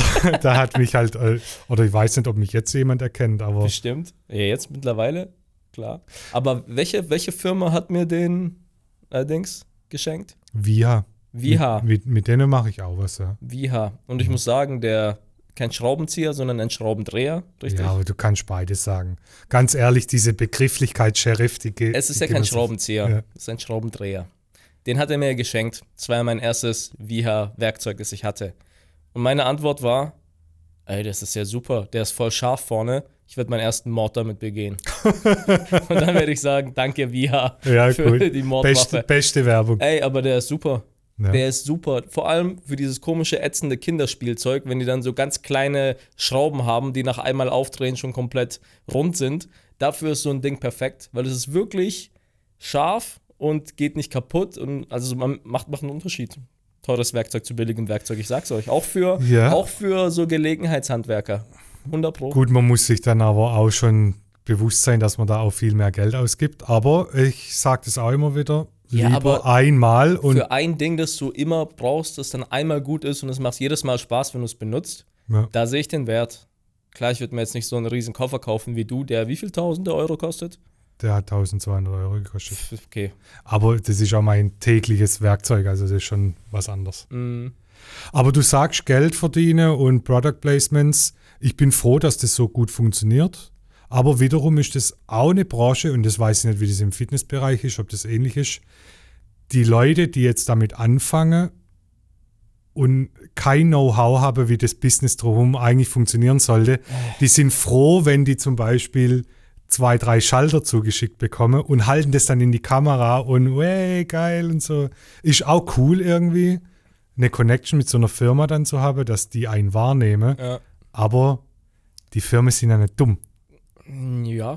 S3: da hat mich halt, oder ich weiß nicht, ob mich jetzt jemand erkennt, aber
S1: bestimmt. Ja, jetzt mittlerweile, klar. Aber welche Firma hat mir den allerdings geschenkt?
S3: Viha.
S1: Viha.
S3: Mit denen mache ich auch was, ja.
S1: Viha. Und ich muss sagen, kein Schraubenzieher, sondern ein Schraubendreher, richtig?
S3: Ja, aber du kannst beides sagen. Ganz ehrlich, diese Begrifflichkeit Sheriff,
S1: Es ist ja kein Schraubenzieher,
S3: Ja.
S1: es ist ein Schraubendreher. Den hat er mir geschenkt. Das war ja mein erstes Viha-Werkzeug, das ich hatte. Und meine Antwort war, ey, das ist ja super, der ist voll scharf vorne, ich werde meinen ersten Mord damit begehen. Und dann werde ich sagen, danke Viha
S3: Ja,
S1: für
S3: cool.
S1: die Mordwaffe.
S3: Beste Werbung.
S1: Ey, aber der ist super.
S3: Ja.
S1: Der ist super. Vor allem für dieses komische, ätzende Kinderspielzeug, wenn die dann so ganz kleine Schrauben haben, die nach einmal aufdrehen schon komplett rund sind. Dafür ist so ein Ding perfekt, weil es ist wirklich scharf und geht nicht kaputt. Und also man macht einen Unterschied. Teures Werkzeug zu billigem Werkzeug, ich sag's euch. Auch für so Gelegenheitshandwerker. 100 Pro.
S3: Gut, man muss sich dann aber auch schon bewusst sein, dass man da auch viel mehr Geld ausgibt. Aber ich sage das auch immer wieder,
S1: Ja,
S3: lieber
S1: aber
S3: einmal und
S1: für ein Ding, das du immer brauchst, das dann einmal gut ist und es macht jedes Mal Spaß, wenn du es benutzt,
S3: ja,
S1: da sehe ich den Wert. Klar, ich würde mir jetzt nicht so einen riesen Koffer kaufen wie du, der wie viel Tausende Euro kostet?
S3: der hat 1.200 Euro gekostet.
S1: Okay.
S3: Aber das ist auch mein tägliches Werkzeug, also das ist schon was anderes.
S1: Mhm.
S3: Aber du sagst Geld verdienen und Product Placements. Ich bin froh, dass das so gut funktioniert. Aber wiederum ist das auch eine Branche, und das weiß ich nicht, wie das im Fitnessbereich ist, ob das ähnlich ist. Die Leute, die jetzt damit anfangen und kein Know-how haben, wie das Business drumherum eigentlich funktionieren sollte, die sind froh, wenn die zum Beispiel 2, 3 Schalter zugeschickt bekommen und halten das dann in die Kamera und wey, geil und so. Ist auch cool irgendwie, eine Connection mit so einer Firma dann zu haben, dass die einen wahrnehmen.
S1: Ja.
S3: Aber die Firmen sind ja nicht dumm.
S1: Ja.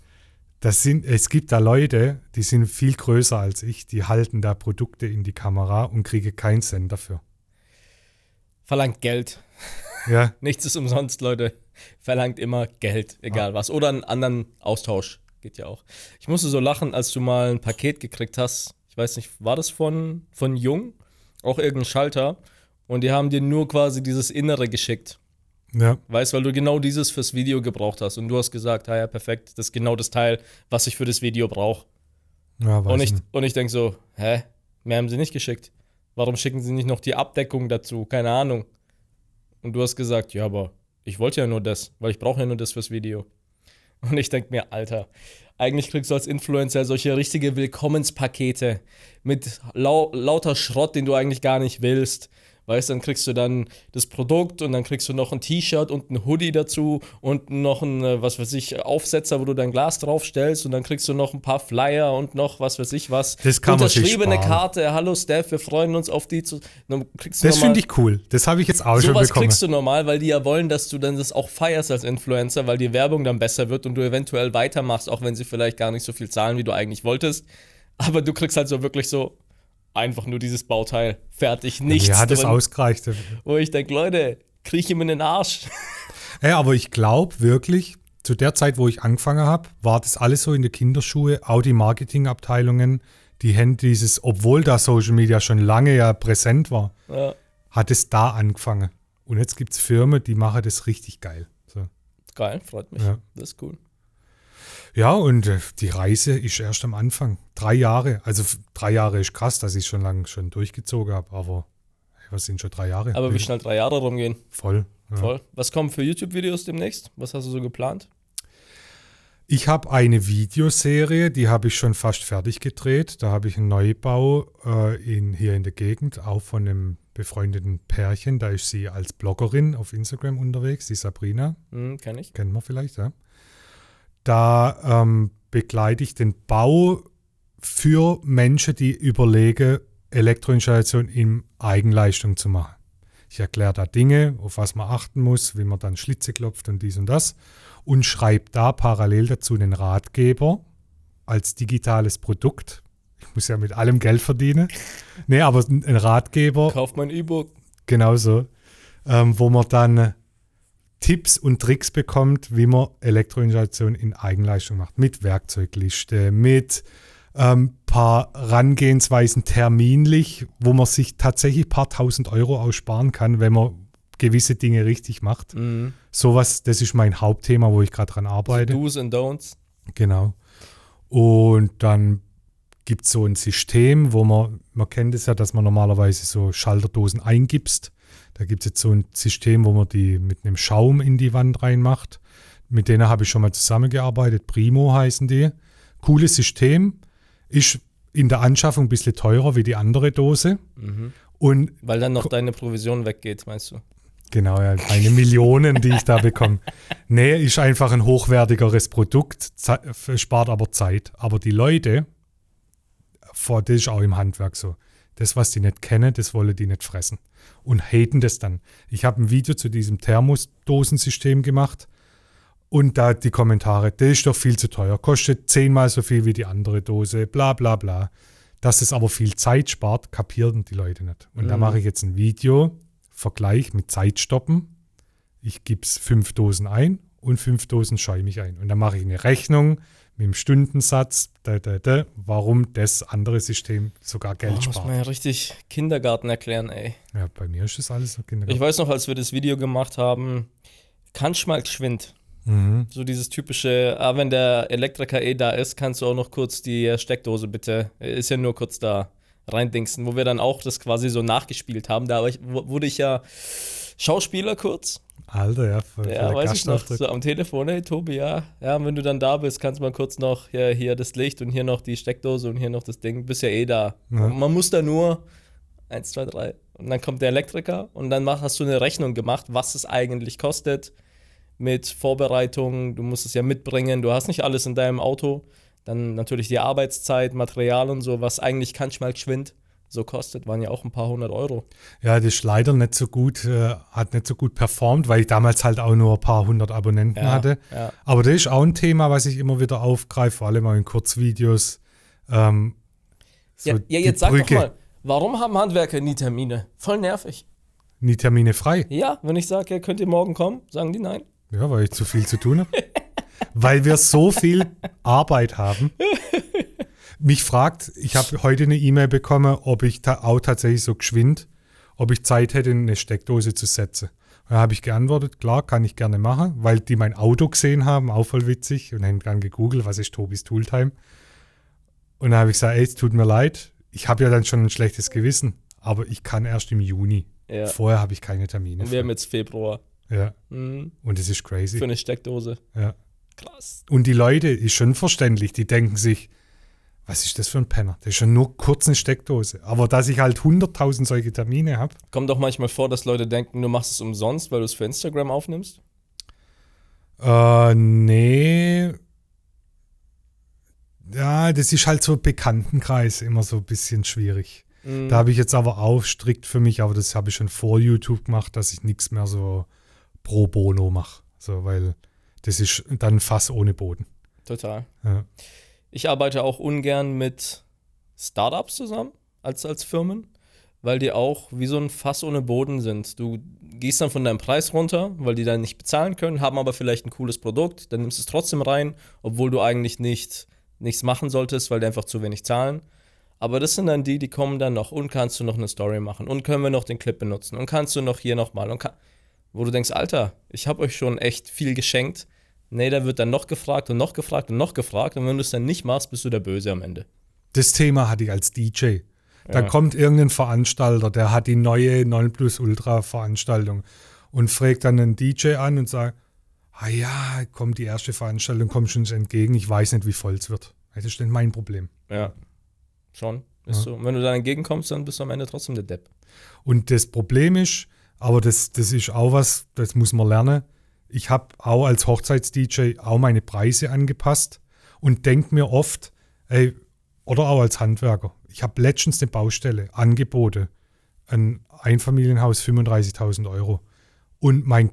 S3: Es gibt da Leute, die sind viel größer als ich, die halten da Produkte in die Kamera und kriegen keinen Cent dafür.
S1: Verlangt Geld.
S3: Ja,
S1: Nichts ist umsonst, Leute. Verlangt immer Geld, egal was. Oder einen anderen Austausch. Geht ja auch. Ich musste so lachen, als du mal ein Paket gekriegt hast. Ich weiß nicht, war das von Jung? Auch irgendein Schalter. Und die haben dir nur quasi dieses Innere geschickt.
S3: ja,
S1: Weißt, weil du genau dieses fürs Video gebraucht hast. Und du hast gesagt, ja, perfekt, das ist genau das Teil, was ich für das Video brauche.
S3: ja, weiß nicht.
S1: Und ich denke so, hä? Mehr haben sie nicht geschickt. Warum schicken sie nicht noch die Abdeckung dazu? Keine Ahnung. Und du hast gesagt, ja, aber ich wollte ja nur das, weil ich brauche ja nur das fürs Video. Und ich denke mir, Alter, eigentlich kriegst du als Influencer solche richtige Willkommenspakete mit lauter Schrott, den du eigentlich gar nicht willst. Weißt du, dann kriegst du dann das Produkt und dann kriegst du noch ein T-Shirt und ein Hoodie dazu und noch ein, was weiß ich, Aufsetzer, wo du dein Glas draufstellst und dann kriegst du noch ein paar Flyer und noch was weiß ich was.
S3: Das kann man sich
S1: unterschriebene
S3: sparen.
S1: Karte, hallo Steph, wir freuen uns auf die. Dann kriegst du
S3: Das
S1: noch mal-
S3: finde ich cool. Das habe ich jetzt auch schon
S1: Sowas
S3: bekommen.
S1: kriegst du normal, weil die ja wollen, dass du dann das auch feierst als Influencer, weil die Werbung dann besser wird und du eventuell weitermachst, auch wenn sie vielleicht gar nicht so viel zahlen, wie du eigentlich wolltest. Aber du kriegst halt so wirklich so einfach nur dieses Bauteil. Fertig, nichts
S3: Ja, das
S1: drin.
S3: ausgereicht.
S1: Wo ich denke, Leute, krieg ihm in den Arsch.
S3: Ja, aber ich glaube wirklich, zu der Zeit, wo ich angefangen habe, war das alles so in der Kinderschuhe, auch die Marketingabteilungen, die haben dieses, obwohl da Social Media schon lange ja präsent war,
S1: Ja,
S3: hat es da angefangen. Und jetzt gibt es Firmen, die machen das richtig geil. So.
S1: geil, freut mich.
S3: Ja.
S1: Das ist cool.
S3: Ja, und die Reise ist erst am Anfang. 3 Jahre. Also 3 Jahre ist krass, dass ich schon lange schon durchgezogen habe, aber was sind schon 3 Jahre?
S1: Aber wie schnell 3 Jahre rumgehen.
S3: Voll. Ja.
S1: Voll. Was kommen für YouTube-Videos demnächst? Was hast du so geplant?
S3: Ich habe eine Videoserie, die habe ich schon fast fertig gedreht. Da habe ich einen Neubau hier in der Gegend, auch von einem befreundeten Pärchen. Da ist sie als Bloggerin auf Instagram unterwegs, die Sabrina.
S1: Kenn ich.
S3: Kennen wir vielleicht, ja. Da begleite ich den Bau für Menschen, die überlegen, Elektroinstallation in Eigenleistung zu machen. Ich erkläre da Dinge, auf was man achten muss, wie man dann Schlitze klopft und dies und das. Und schreibe da parallel dazu einen Ratgeber als digitales Produkt. Ich muss ja mit allem Geld verdienen. Nee, aber ein Ratgeber,
S1: Kauf mein E-Book.
S3: genauso, wo man dann Tipps und Tricks bekommt, wie man Elektroinstallation in Eigenleistung macht. Mit Werkzeugliste, mit paar Herangehensweisen terminlich, wo man sich tatsächlich ein paar tausend Euro aussparen kann, wenn man gewisse Dinge richtig macht. Sowas, das ist mein Hauptthema, wo ich gerade dran arbeite.
S1: Do's and Don'ts.
S3: Genau. Und dann gibt es so ein System, wo man kennt es ja, dass man normalerweise so Schalterdosen eingibst. Da gibt es jetzt so ein System, wo man die mit einem Schaum in die Wand reinmacht. Mit denen habe ich schon mal zusammengearbeitet. Primo heißen die. Cooles System. Ist in der Anschaffung ein bisschen teurer wie die andere Dose. Und
S1: Weil dann noch deine Provision weggeht, meinst du?
S3: genau, ja, eine Million, die ich da bekomme. Nee, ist einfach ein hochwertigeres Produkt, spart aber Zeit. Aber die Leute, das ist auch im Handwerk so, das, was die nicht kennen, das wollen die nicht fressen. Und haten das dann. Ich habe ein Video zu diesem Thermosdosensystem gemacht und da die Kommentare, das ist doch viel zu teuer, kostet 10-mal so viel wie die andere Dose, bla bla bla. Dass es aber viel Zeit spart, kapieren die Leute nicht. Und da mache ich jetzt ein Video, Vergleich mit Zeitstoppen. Ich gebe 5 Dosen ein und 5 Dosen schäume ich ein. Und dann mache ich eine Rechnung mit dem Stundensatz, warum das andere System sogar Geld
S1: Muss
S3: spart.
S1: man ja richtig Kindergarten erklären, ey.
S3: Ja, bei mir ist das alles so Kindergarten.
S1: Ich weiß noch, als wir das Video gemacht haben, kannst mal geschwind. So dieses typische, wenn der Elektriker da ist, kannst du auch noch kurz die Steckdose bitte, ist ja nur kurz da reindingsen, wo wir dann auch das quasi so nachgespielt haben. Da wurde ich ja Schauspieler kurz.
S3: Alter, ja. Für
S1: Ja, weiß ich noch, so am Telefon, hey Tobi, ja, wenn du dann da bist, kannst du mal kurz noch hier das Licht und hier noch die Steckdose und hier noch das Ding, bist ja eh da.
S3: Ja.
S1: Man muss da nur 1, 2, 3 und dann kommt der Elektriker und dann hast du eine Rechnung gemacht, was es eigentlich kostet mit Vorbereitung, du musst es ja mitbringen, du hast nicht alles in deinem Auto, dann natürlich die Arbeitszeit, Material und so, was eigentlich kannst mal geschwind so kostet, waren ja auch ein paar 100 Euro.
S3: Ja, das ist leider nicht so gut, hat nicht so gut performt, weil ich damals halt auch nur ein paar 100 Abonnenten hatte.
S1: Ja.
S3: Aber das ist auch ein Thema, was ich immer wieder aufgreife, vor allem auch in Kurzvideos. So
S1: Ja,
S3: die
S1: jetzt sag doch
S3: Brücke.
S1: mal, warum haben Handwerker nie Termine? Voll nervig.
S3: Nie Termine frei.
S1: Ja, wenn ich sage, könnt ihr morgen kommen, sagen die nein.
S3: Ja, weil ich zu viel zu tun habe. Weil wir so viel Arbeit haben. Mich fragt, ich habe heute eine E-Mail bekommen, ob ich auch tatsächlich so geschwind, ob ich Zeit hätte, eine Steckdose zu setzen. Da habe ich geantwortet, klar, kann ich gerne machen, weil die mein Auto gesehen haben, auch voll witzig, und haben dann gegoogelt, was ist Tobis Tooltime. Und dann habe ich gesagt, ey, es tut mir leid, ich habe ja dann schon ein schlechtes Gewissen, aber ich kann erst im Juni.
S1: Ja.
S3: Vorher habe ich keine Termine.
S1: Und wir haben jetzt Februar.
S3: Ja,
S1: Mhm.
S3: und es ist crazy.
S1: Für eine Steckdose.
S3: Ja.
S1: Krass.
S3: Und die Leute, ist schon verständlich, die denken sich, Was ist das für ein Penner? Das ist schon nur kurz eine Steckdose. Aber dass ich halt 100.000 solche Termine habe.
S1: Kommt doch manchmal vor, dass Leute denken, du machst es umsonst, weil du es für Instagram aufnimmst?
S3: Nee. Ja, das ist halt so Bekanntenkreis immer so ein bisschen schwierig. Da habe ich jetzt aber auch strikt für mich, aber das habe ich schon vor YouTube gemacht, dass ich nichts mehr so pro bono mache. So, weil das ist dann Fass ohne Boden.
S1: Total.
S3: Ja.
S1: Ich arbeite auch ungern mit Startups zusammen, als Firmen, weil die auch wie so ein Fass ohne Boden sind. Du gehst dann von deinem Preis runter, weil die dann nicht bezahlen können, haben aber vielleicht ein cooles Produkt, dann nimmst du es trotzdem rein, obwohl du eigentlich nichts machen solltest, weil die einfach zu wenig zahlen. Aber das sind dann die kommen dann noch und kannst du noch eine Story machen und können wir noch den Clip benutzen und kannst du noch hier nochmal wo du denkst, Alter, ich habe euch schon echt viel geschenkt. Nee, da wird dann noch gefragt und noch gefragt und noch gefragt und wenn du es dann nicht machst, bist du der Böse am Ende.
S3: Das Thema hatte ich als DJ. Da kommt irgendein Veranstalter, der hat die neue Nonplusultra-Veranstaltung und fragt dann einen DJ an und sagt, ja, kommt die erste Veranstaltung, kommt schon entgegen, ich weiß nicht, wie voll es wird. Das ist nicht mein Problem.
S1: Ja, schon. Ist so. Und wenn du dann entgegenkommst, dann bist du am Ende trotzdem der Depp.
S3: Und das Problem ist, aber das ist auch was, das muss man lernen, ich habe auch als Hochzeits-DJ auch meine Preise angepasst und denke mir oft, oder auch als Handwerker, ich habe letztens eine Baustelle, Angebote, ein Einfamilienhaus 35.000 €. Und mein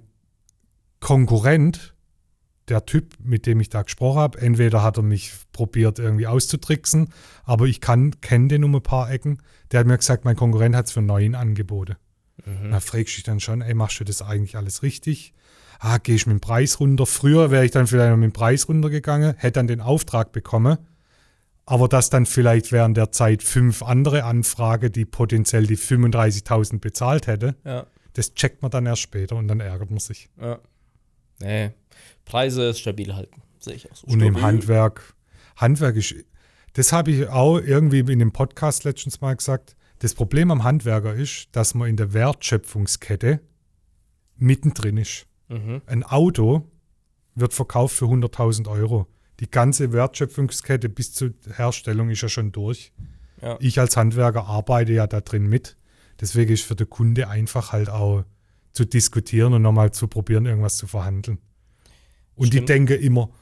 S3: Konkurrent, der Typ, mit dem ich da gesprochen habe, entweder hat er mich probiert irgendwie auszutricksen, aber ich kenne den um ein paar Ecken, der hat mir gesagt, mein Konkurrent hat es für 9 Angebote. Da fragst du dich dann schon, machst du das eigentlich alles richtig? Gehe ich mit dem Preis runter? Früher wäre ich dann vielleicht mit dem Preis runtergegangen, hätte dann den Auftrag bekommen, aber dass dann vielleicht während der Zeit 5 andere Anfragen, die potenziell die 35.000 bezahlt hätte, das checkt man dann erst später und dann ärgert man sich.
S1: Ja. Nee, Preise stabil halten, sehe ich auch so.
S3: Und im Handwerk ist, das habe ich auch irgendwie in dem Podcast letztens mal gesagt, das Problem am Handwerker ist, dass man in der Wertschöpfungskette mittendrin ist. Ein Auto wird verkauft für 100.000 €. Die ganze Wertschöpfungskette bis zur Herstellung ist ja schon durch.
S1: Ja.
S3: Ich als Handwerker arbeite ja da drin mit. Deswegen ist für den Kunde einfach halt auch zu diskutieren und nochmal zu probieren, irgendwas zu verhandeln. Und
S1: Stimmt.
S3: die denken immer,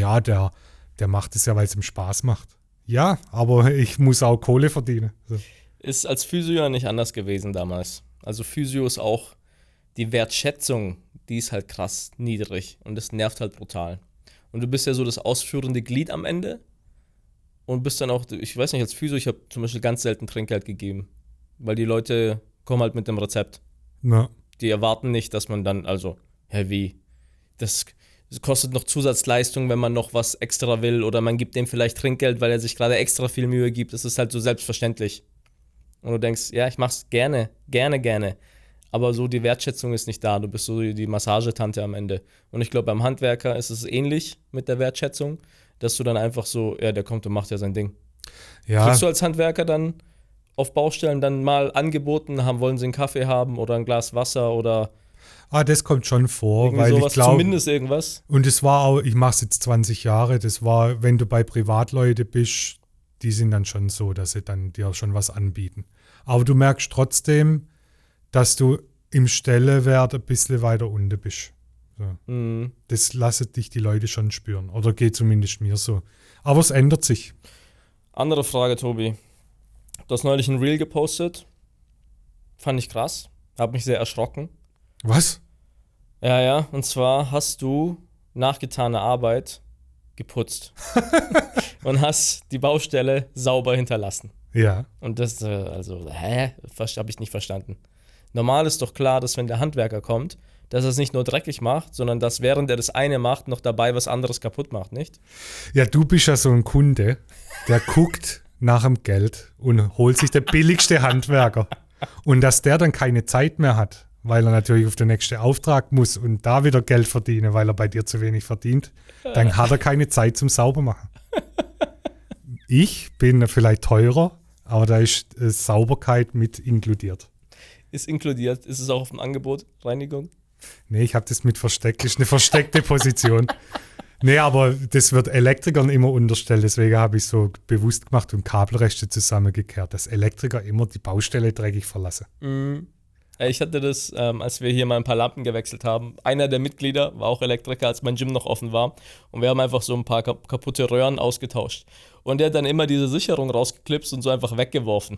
S3: der macht es ja, weil es ihm Spaß macht. Ja, aber ich muss auch Kohle verdienen. So.
S1: Ist als Physio ja nicht anders gewesen damals. Also Physio ist auch die Wertschätzung, die ist halt krass niedrig und das nervt halt brutal. Und du bist ja so das ausführende Glied am Ende und bist dann auch, ich weiß nicht, als Physio, ich habe zum Beispiel ganz selten Trinkgeld gegeben, weil die Leute kommen halt mit dem Rezept.
S3: Ja.
S1: Die erwarten nicht, dass man dann, wie? Das kostet noch Zusatzleistung, wenn man noch was extra will oder man gibt dem vielleicht Trinkgeld, weil er sich gerade extra viel Mühe gibt. Das ist halt so selbstverständlich. Und du denkst, ja, ich mach's gerne. Aber so die Wertschätzung ist nicht da. Du bist so die Massagetante am Ende. Und ich glaube, beim Handwerker ist es ähnlich mit der Wertschätzung, dass du dann einfach so, der kommt und macht ja sein Ding.
S3: Ja.
S1: Kriegst du als Handwerker dann auf Baustellen dann mal angeboten, wollen sie einen Kaffee haben oder ein Glas Wasser oder
S3: Das kommt schon vor,
S1: irgendwie
S3: weil
S1: sowas,
S3: ich glaube,
S1: zumindest irgendwas.
S3: und es war auch, ich mache es jetzt 20 Jahre, das war, wenn du bei Privatleute bist, die sind dann schon so, dass sie dann dir schon was anbieten. Aber du merkst trotzdem, dass du im Stellenwert ein bisschen weiter unten bist. So. Das lassen dich die Leute schon spüren. Oder geht zumindest mir so. Aber es ändert sich.
S1: Andere Frage, Tobi. Du hast neulich ein Reel gepostet. Fand ich krass. Hab mich sehr erschrocken.
S3: Was?
S1: Ja. Und zwar hast du nach getaner Arbeit geputzt. Und hast die Baustelle sauber hinterlassen.
S3: Ja.
S1: Und das, hab ich nicht verstanden. Normal ist doch klar, dass wenn der Handwerker kommt, dass er es nicht nur dreckig macht, sondern dass während er das eine macht, noch dabei was anderes kaputt macht, nicht?
S3: Ja, du bist ja so ein Kunde, der guckt nach dem Geld und holt sich der billigste Handwerker. Und dass der dann keine Zeit mehr hat, weil er natürlich auf den nächsten Auftrag muss und da wieder Geld verdienen, weil er bei dir zu wenig verdient, dann hat er keine Zeit zum Saubermachen. Ich bin vielleicht teurer, aber da ist Sauberkeit mit inkludiert.
S1: Ist inkludiert? Ist es auch auf dem Angebot, Reinigung?
S3: Nee, ich habe das mit versteckt. Das ist eine versteckte Position. Nee, aber das wird Elektrikern immer unterstellt, deswegen habe ich so bewusst gemacht und Kabelreste zusammengekehrt, dass Elektriker immer die Baustelle dreckig verlassen.
S1: Mhm. Ich hatte das, als wir hier mal ein paar Lampen gewechselt haben. Einer der Mitglieder war auch Elektriker, als mein Gym noch offen war. Und wir haben einfach so ein paar kaputte Röhren ausgetauscht. Und der hat dann immer diese Sicherung rausgeklipst und so einfach weggeworfen.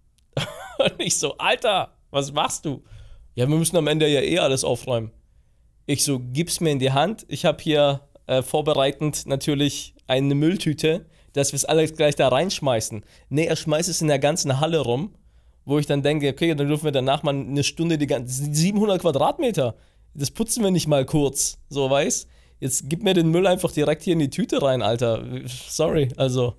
S1: Und ich so, Alter, was machst du? Ja, wir müssen am Ende ja eh alles aufräumen. Ich so, gib's mir in die Hand. Ich habe hier vorbereitend natürlich eine Mülltüte, dass wir es alles gleich da reinschmeißen. Nee, er schmeißt es in der ganzen Halle rum, wo ich dann denke, okay, dann dürfen wir danach mal eine Stunde die ganzen 700 Quadratmeter, das putzen wir nicht mal kurz, so weißt. Jetzt gib mir den Müll einfach direkt hier in die Tüte rein, Alter. Sorry, also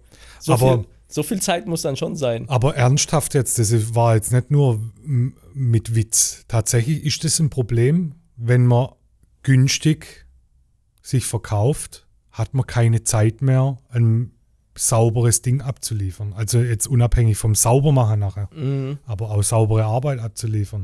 S1: so viel Zeit muss dann schon sein.
S3: Aber ernsthaft jetzt, das war jetzt nicht nur mit Witz. Tatsächlich ist das ein Problem, wenn man günstig sich verkauft, hat man keine Zeit mehr, ein sauberes Ding abzuliefern. Also jetzt unabhängig vom Saubermachen nachher, aber auch saubere Arbeit abzuliefern.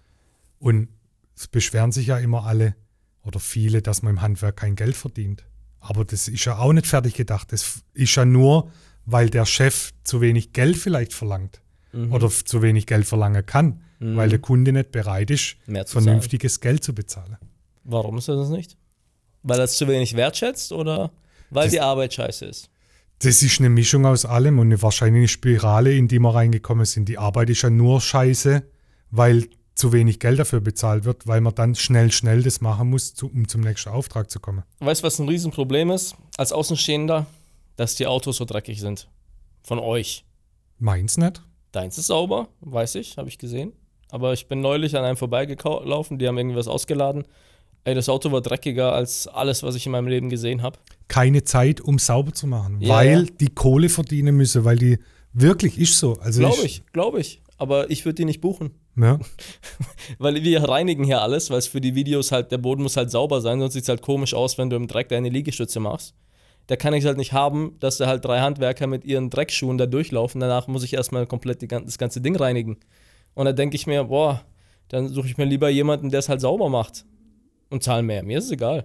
S3: Und es beschweren sich ja immer alle oder viele, dass man im Handwerk kein Geld verdient. Aber das ist ja auch nicht fertig gedacht. Das ist ja nur, weil der Chef zu wenig Geld vielleicht verlangt oder zu wenig Geld verlangen kann, weil der Kunde nicht bereit ist, vernünftiges Geld zu bezahlen.
S1: Warum ist er das nicht? Weil er es zu wenig wertschätzt oder weil die Arbeit scheiße ist?
S3: Das ist eine Mischung aus allem und wahrscheinlich eine Spirale, in die wir reingekommen sind. Die Arbeit ist ja nur scheiße, weil zu wenig Geld dafür bezahlt wird, weil man dann schnell das machen muss, um zum nächsten Auftrag zu kommen.
S1: Weißt du, was ein Riesenproblem ist, als Außenstehender? Dass die Autos so dreckig sind. Von euch.
S3: Meins nicht?
S1: Deins ist sauber, weiß ich, habe ich gesehen. Aber ich bin neulich an einem vorbeigelaufen, die haben irgendwas ausgeladen. Ey, das Auto war dreckiger als alles, was ich in meinem Leben gesehen habe.
S3: Keine Zeit, um sauber zu machen, weil die Kohle verdienen müssen, weil die wirklich ist so. Also
S1: Glaube ich. Aber ich würde die nicht buchen.
S3: Ja.
S1: Weil wir reinigen hier alles, weil es für die Videos halt, der Boden muss halt sauber sein, sonst sieht es halt komisch aus, wenn du im Dreck deine Liegestütze machst. Da kann ich es halt nicht haben, dass da halt 3 Handwerker mit ihren Dreckschuhen da durchlaufen. Danach muss ich erstmal komplett das ganze Ding reinigen. Und da denke ich mir, boah, dann suche ich mir lieber jemanden, der es halt sauber macht. Und zahle mehr. Mir ist es egal.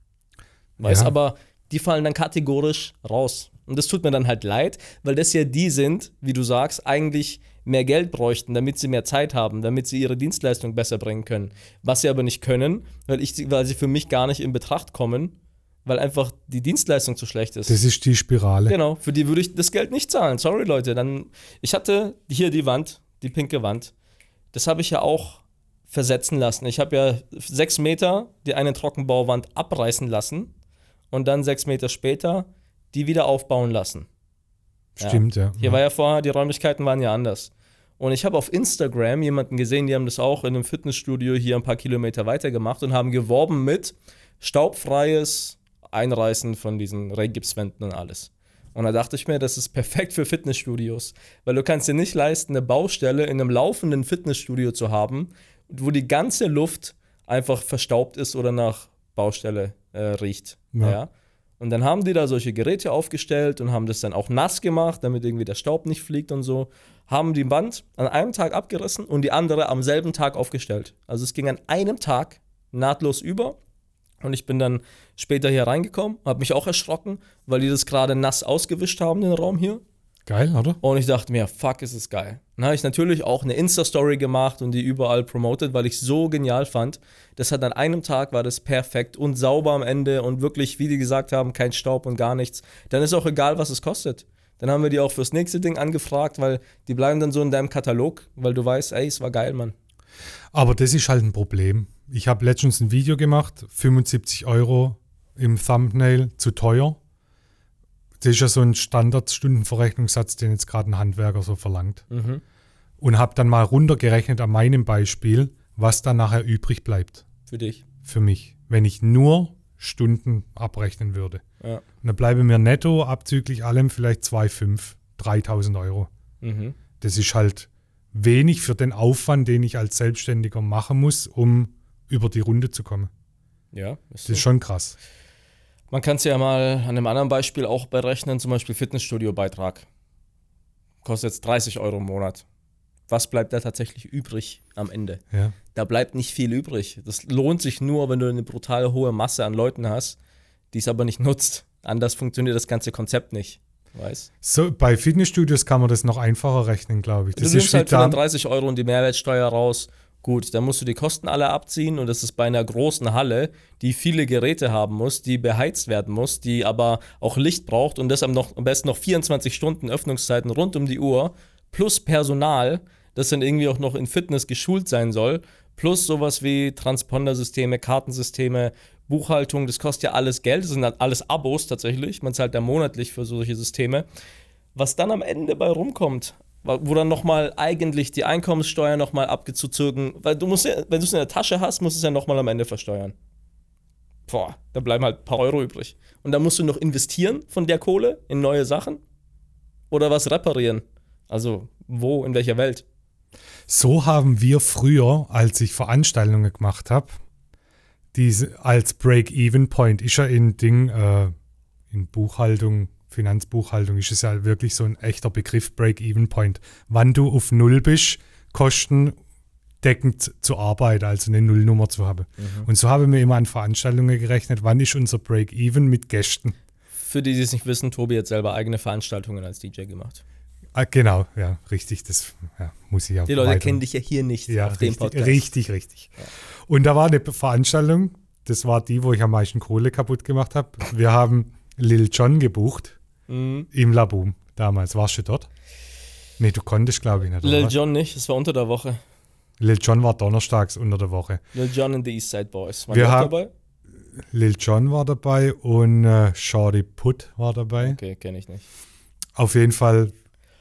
S1: Weißt, aber die fallen dann kategorisch raus. Und das tut mir dann halt leid, weil das ja die sind, wie du sagst, eigentlich mehr Geld bräuchten, damit sie mehr Zeit haben, damit sie ihre Dienstleistung besser bringen können. Was sie aber nicht können, weil sie für mich gar nicht in Betracht kommen, weil einfach die Dienstleistung zu schlecht ist.
S3: Das ist die Spirale.
S1: Genau, für die würde ich das Geld nicht zahlen. Sorry, Leute. Ich hatte hier die Wand, die pinke Wand. Das habe ich ja auch versetzen lassen. Ich habe ja 6 Meter die eine Trockenbauwand abreißen lassen und dann 6 Meter später die wieder aufbauen lassen.
S3: Stimmt, ja.
S1: Hier war ja vorher, die Räumlichkeiten waren ja anders. Und ich habe auf Instagram jemanden gesehen, die haben das auch in einem Fitnessstudio hier ein paar Kilometer weiter gemacht und haben geworben mit staubfreies Einreißen von diesen Regipswänden und alles. Und da dachte ich mir, das ist perfekt für Fitnessstudios, weil du kannst dir nicht leisten, eine Baustelle in einem laufenden Fitnessstudio zu haben, wo die ganze Luft einfach verstaubt ist oder nach Baustelle riecht. Ja. Und dann haben die da solche Geräte aufgestellt und haben das dann auch nass gemacht, damit irgendwie der Staub nicht fliegt und so. Haben die Wand an einem Tag abgerissen und die andere am selben Tag aufgestellt. Also es ging an einem Tag nahtlos über. Und ich bin dann später hier reingekommen, habe mich auch erschrocken, weil die das gerade nass ausgewischt haben, den Raum hier.
S3: Geil, oder?
S1: Und ich dachte mir, fuck, ist es geil. Dann habe ich natürlich auch eine Insta-Story gemacht und die überall promotet, weil ich es so genial fand. Das hat an einem Tag, war das perfekt und sauber am Ende und wirklich, wie die gesagt haben, kein Staub und gar nichts. Dann ist auch egal, was es kostet. Dann haben wir die auch fürs nächste Ding angefragt, weil die bleiben dann so in deinem Katalog, weil du weißt, ey, es war geil, Mann.
S3: Aber das ist halt ein Problem. Ich habe letztens ein Video gemacht, 75 € im Thumbnail, zu teuer. Das ist ja so ein Standardstundenverrechnungssatz, den jetzt gerade ein Handwerker so verlangt. Und habe dann mal runtergerechnet an meinem Beispiel, was dann nachher übrig bleibt.
S1: Für dich?
S3: Für mich. Wenn ich nur Stunden abrechnen würde. Ja. Und dann bleibe mir netto abzüglich allem vielleicht 2.500, 3.000 €. Das ist halt wenig für den Aufwand, den ich als Selbstständiger machen muss, um über die Runde zu kommen.
S1: Ja.
S3: Das ist schon krass.
S1: Man kann es ja mal an einem anderen Beispiel auch berechnen, zum Beispiel Fitnessstudio-Beitrag. Kostet jetzt 30 € im Monat. Was bleibt da tatsächlich übrig am Ende?
S3: Ja.
S1: Da bleibt nicht viel übrig. Das lohnt sich nur, wenn du eine brutal hohe Masse an Leuten hast, die es aber nicht nutzt. Anders funktioniert das ganze Konzept nicht. Weiß.
S3: So, bei Fitnessstudios kann man das noch einfacher rechnen, glaube ich.
S1: Du nimmst halt 30 € und die Mehrwertsteuer raus. Gut, dann musst du die Kosten alle abziehen und das ist bei einer großen Halle, die viele Geräte haben muss, die beheizt werden muss, die aber auch Licht braucht und das am besten noch 24 Stunden Öffnungszeiten rund um die Uhr, plus Personal, das dann irgendwie auch noch in Fitness geschult sein soll, plus sowas wie Transpondersysteme, Kartensysteme, Buchhaltung, das kostet ja alles Geld, das sind halt alles Abos tatsächlich, man zahlt ja monatlich für solche Systeme. Was dann am Ende bei rumkommt, wo dann nochmal eigentlich die Einkommenssteuer nochmal abgezogen, weil du musst ja, wenn du es in der Tasche hast, musst du es ja nochmal am Ende versteuern. Boah, da bleiben halt ein paar Euro übrig. Und dann musst du noch investieren von der Kohle in neue Sachen oder was reparieren. Also wo, in welcher Welt?
S3: So haben wir früher, als ich Veranstaltungen gemacht habe, diese als Break-Even-Point ist ja in Buchhaltung, Finanzbuchhaltung ist es ja wirklich so ein echter Begriff, Break-Even-Point. Wann du auf Null bist, kostendeckend zu arbeiten, also eine Nullnummer zu haben. Und so haben wir immer an Veranstaltungen gerechnet, wann ist unser Break-Even mit Gästen.
S1: Für die, die es nicht wissen, Tobi hat selber eigene Veranstaltungen als DJ gemacht.
S3: Ah, genau, ja, richtig, das muss ich auch.
S1: Die Leute kennen dich ja hier nicht auf dem Podcast.
S3: Richtig. Ja. Und da war eine Veranstaltung, das war die, wo ich am meisten Kohle kaputt gemacht habe. Wir haben Lil Jon gebucht im Laboom damals. Warst du dort? Nee, du konntest, glaube ich, nicht.
S1: Lil Jon nicht, es war unter der Woche.
S3: Lil Jon war donnerstags unter der Woche.
S1: Lil Jon and the East Side Boys. Waren die auch dabei?
S3: Lil Jon war dabei und Shorty Putt war dabei.
S1: Okay, kenne ich nicht.
S3: Auf jeden Fall.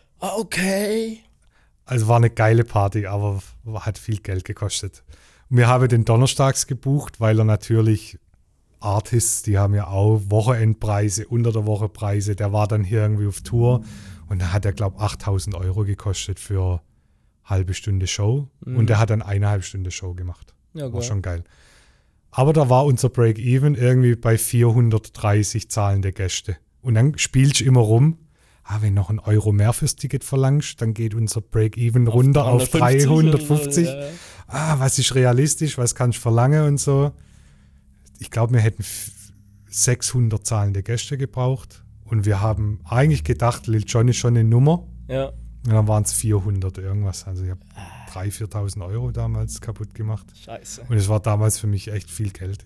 S1: Okay.
S3: Also war eine geile Party, aber hat viel Geld gekostet. Wir haben den donnerstags gebucht, weil er natürlich Artists, die haben ja auch Wochenendpreise, unter der Woche Preise. Der war dann hier irgendwie auf Tour und da hat er, glaube ich, 8.000 € gekostet für halbe Stunde Show. Und der hat dann 1,5 Stunde Show gemacht. Ja, war schon geil. Aber da war unser Break-Even irgendwie bei 430 zahlende Gäste. Und dann spielst du immer rum. Wenn noch einen Euro mehr fürs Ticket verlangst, dann geht unser Break-Even runter auf 350. Was ist realistisch, was kannst du verlangen und so. Ich glaube, wir hätten 600 zahlende Gäste gebraucht und wir haben eigentlich gedacht, Lil Jon ist schon eine Nummer. Ja. Und dann waren es 400 irgendwas. Also ich habe 3.000, 4.000 € damals kaputt gemacht.
S1: Scheiße.
S3: Und es war damals für mich echt viel Geld.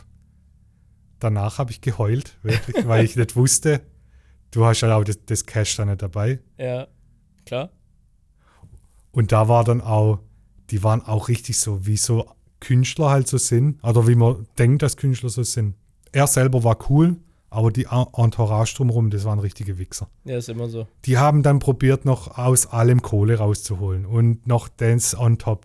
S3: Danach habe ich geheult, wirklich, weil ich nicht wusste, du hast ja auch das Cash da nicht dabei.
S1: Ja, klar.
S3: Und da war dann auch, die waren auch richtig so, wie so Künstler halt so sind. Oder wie man denkt, dass Künstler so sind. Er selber war cool, aber die Entourage drumherum, das waren richtige Wichser.
S1: Ja, ist immer so.
S3: Die haben dann probiert, noch aus allem Kohle rauszuholen. Und noch das on top.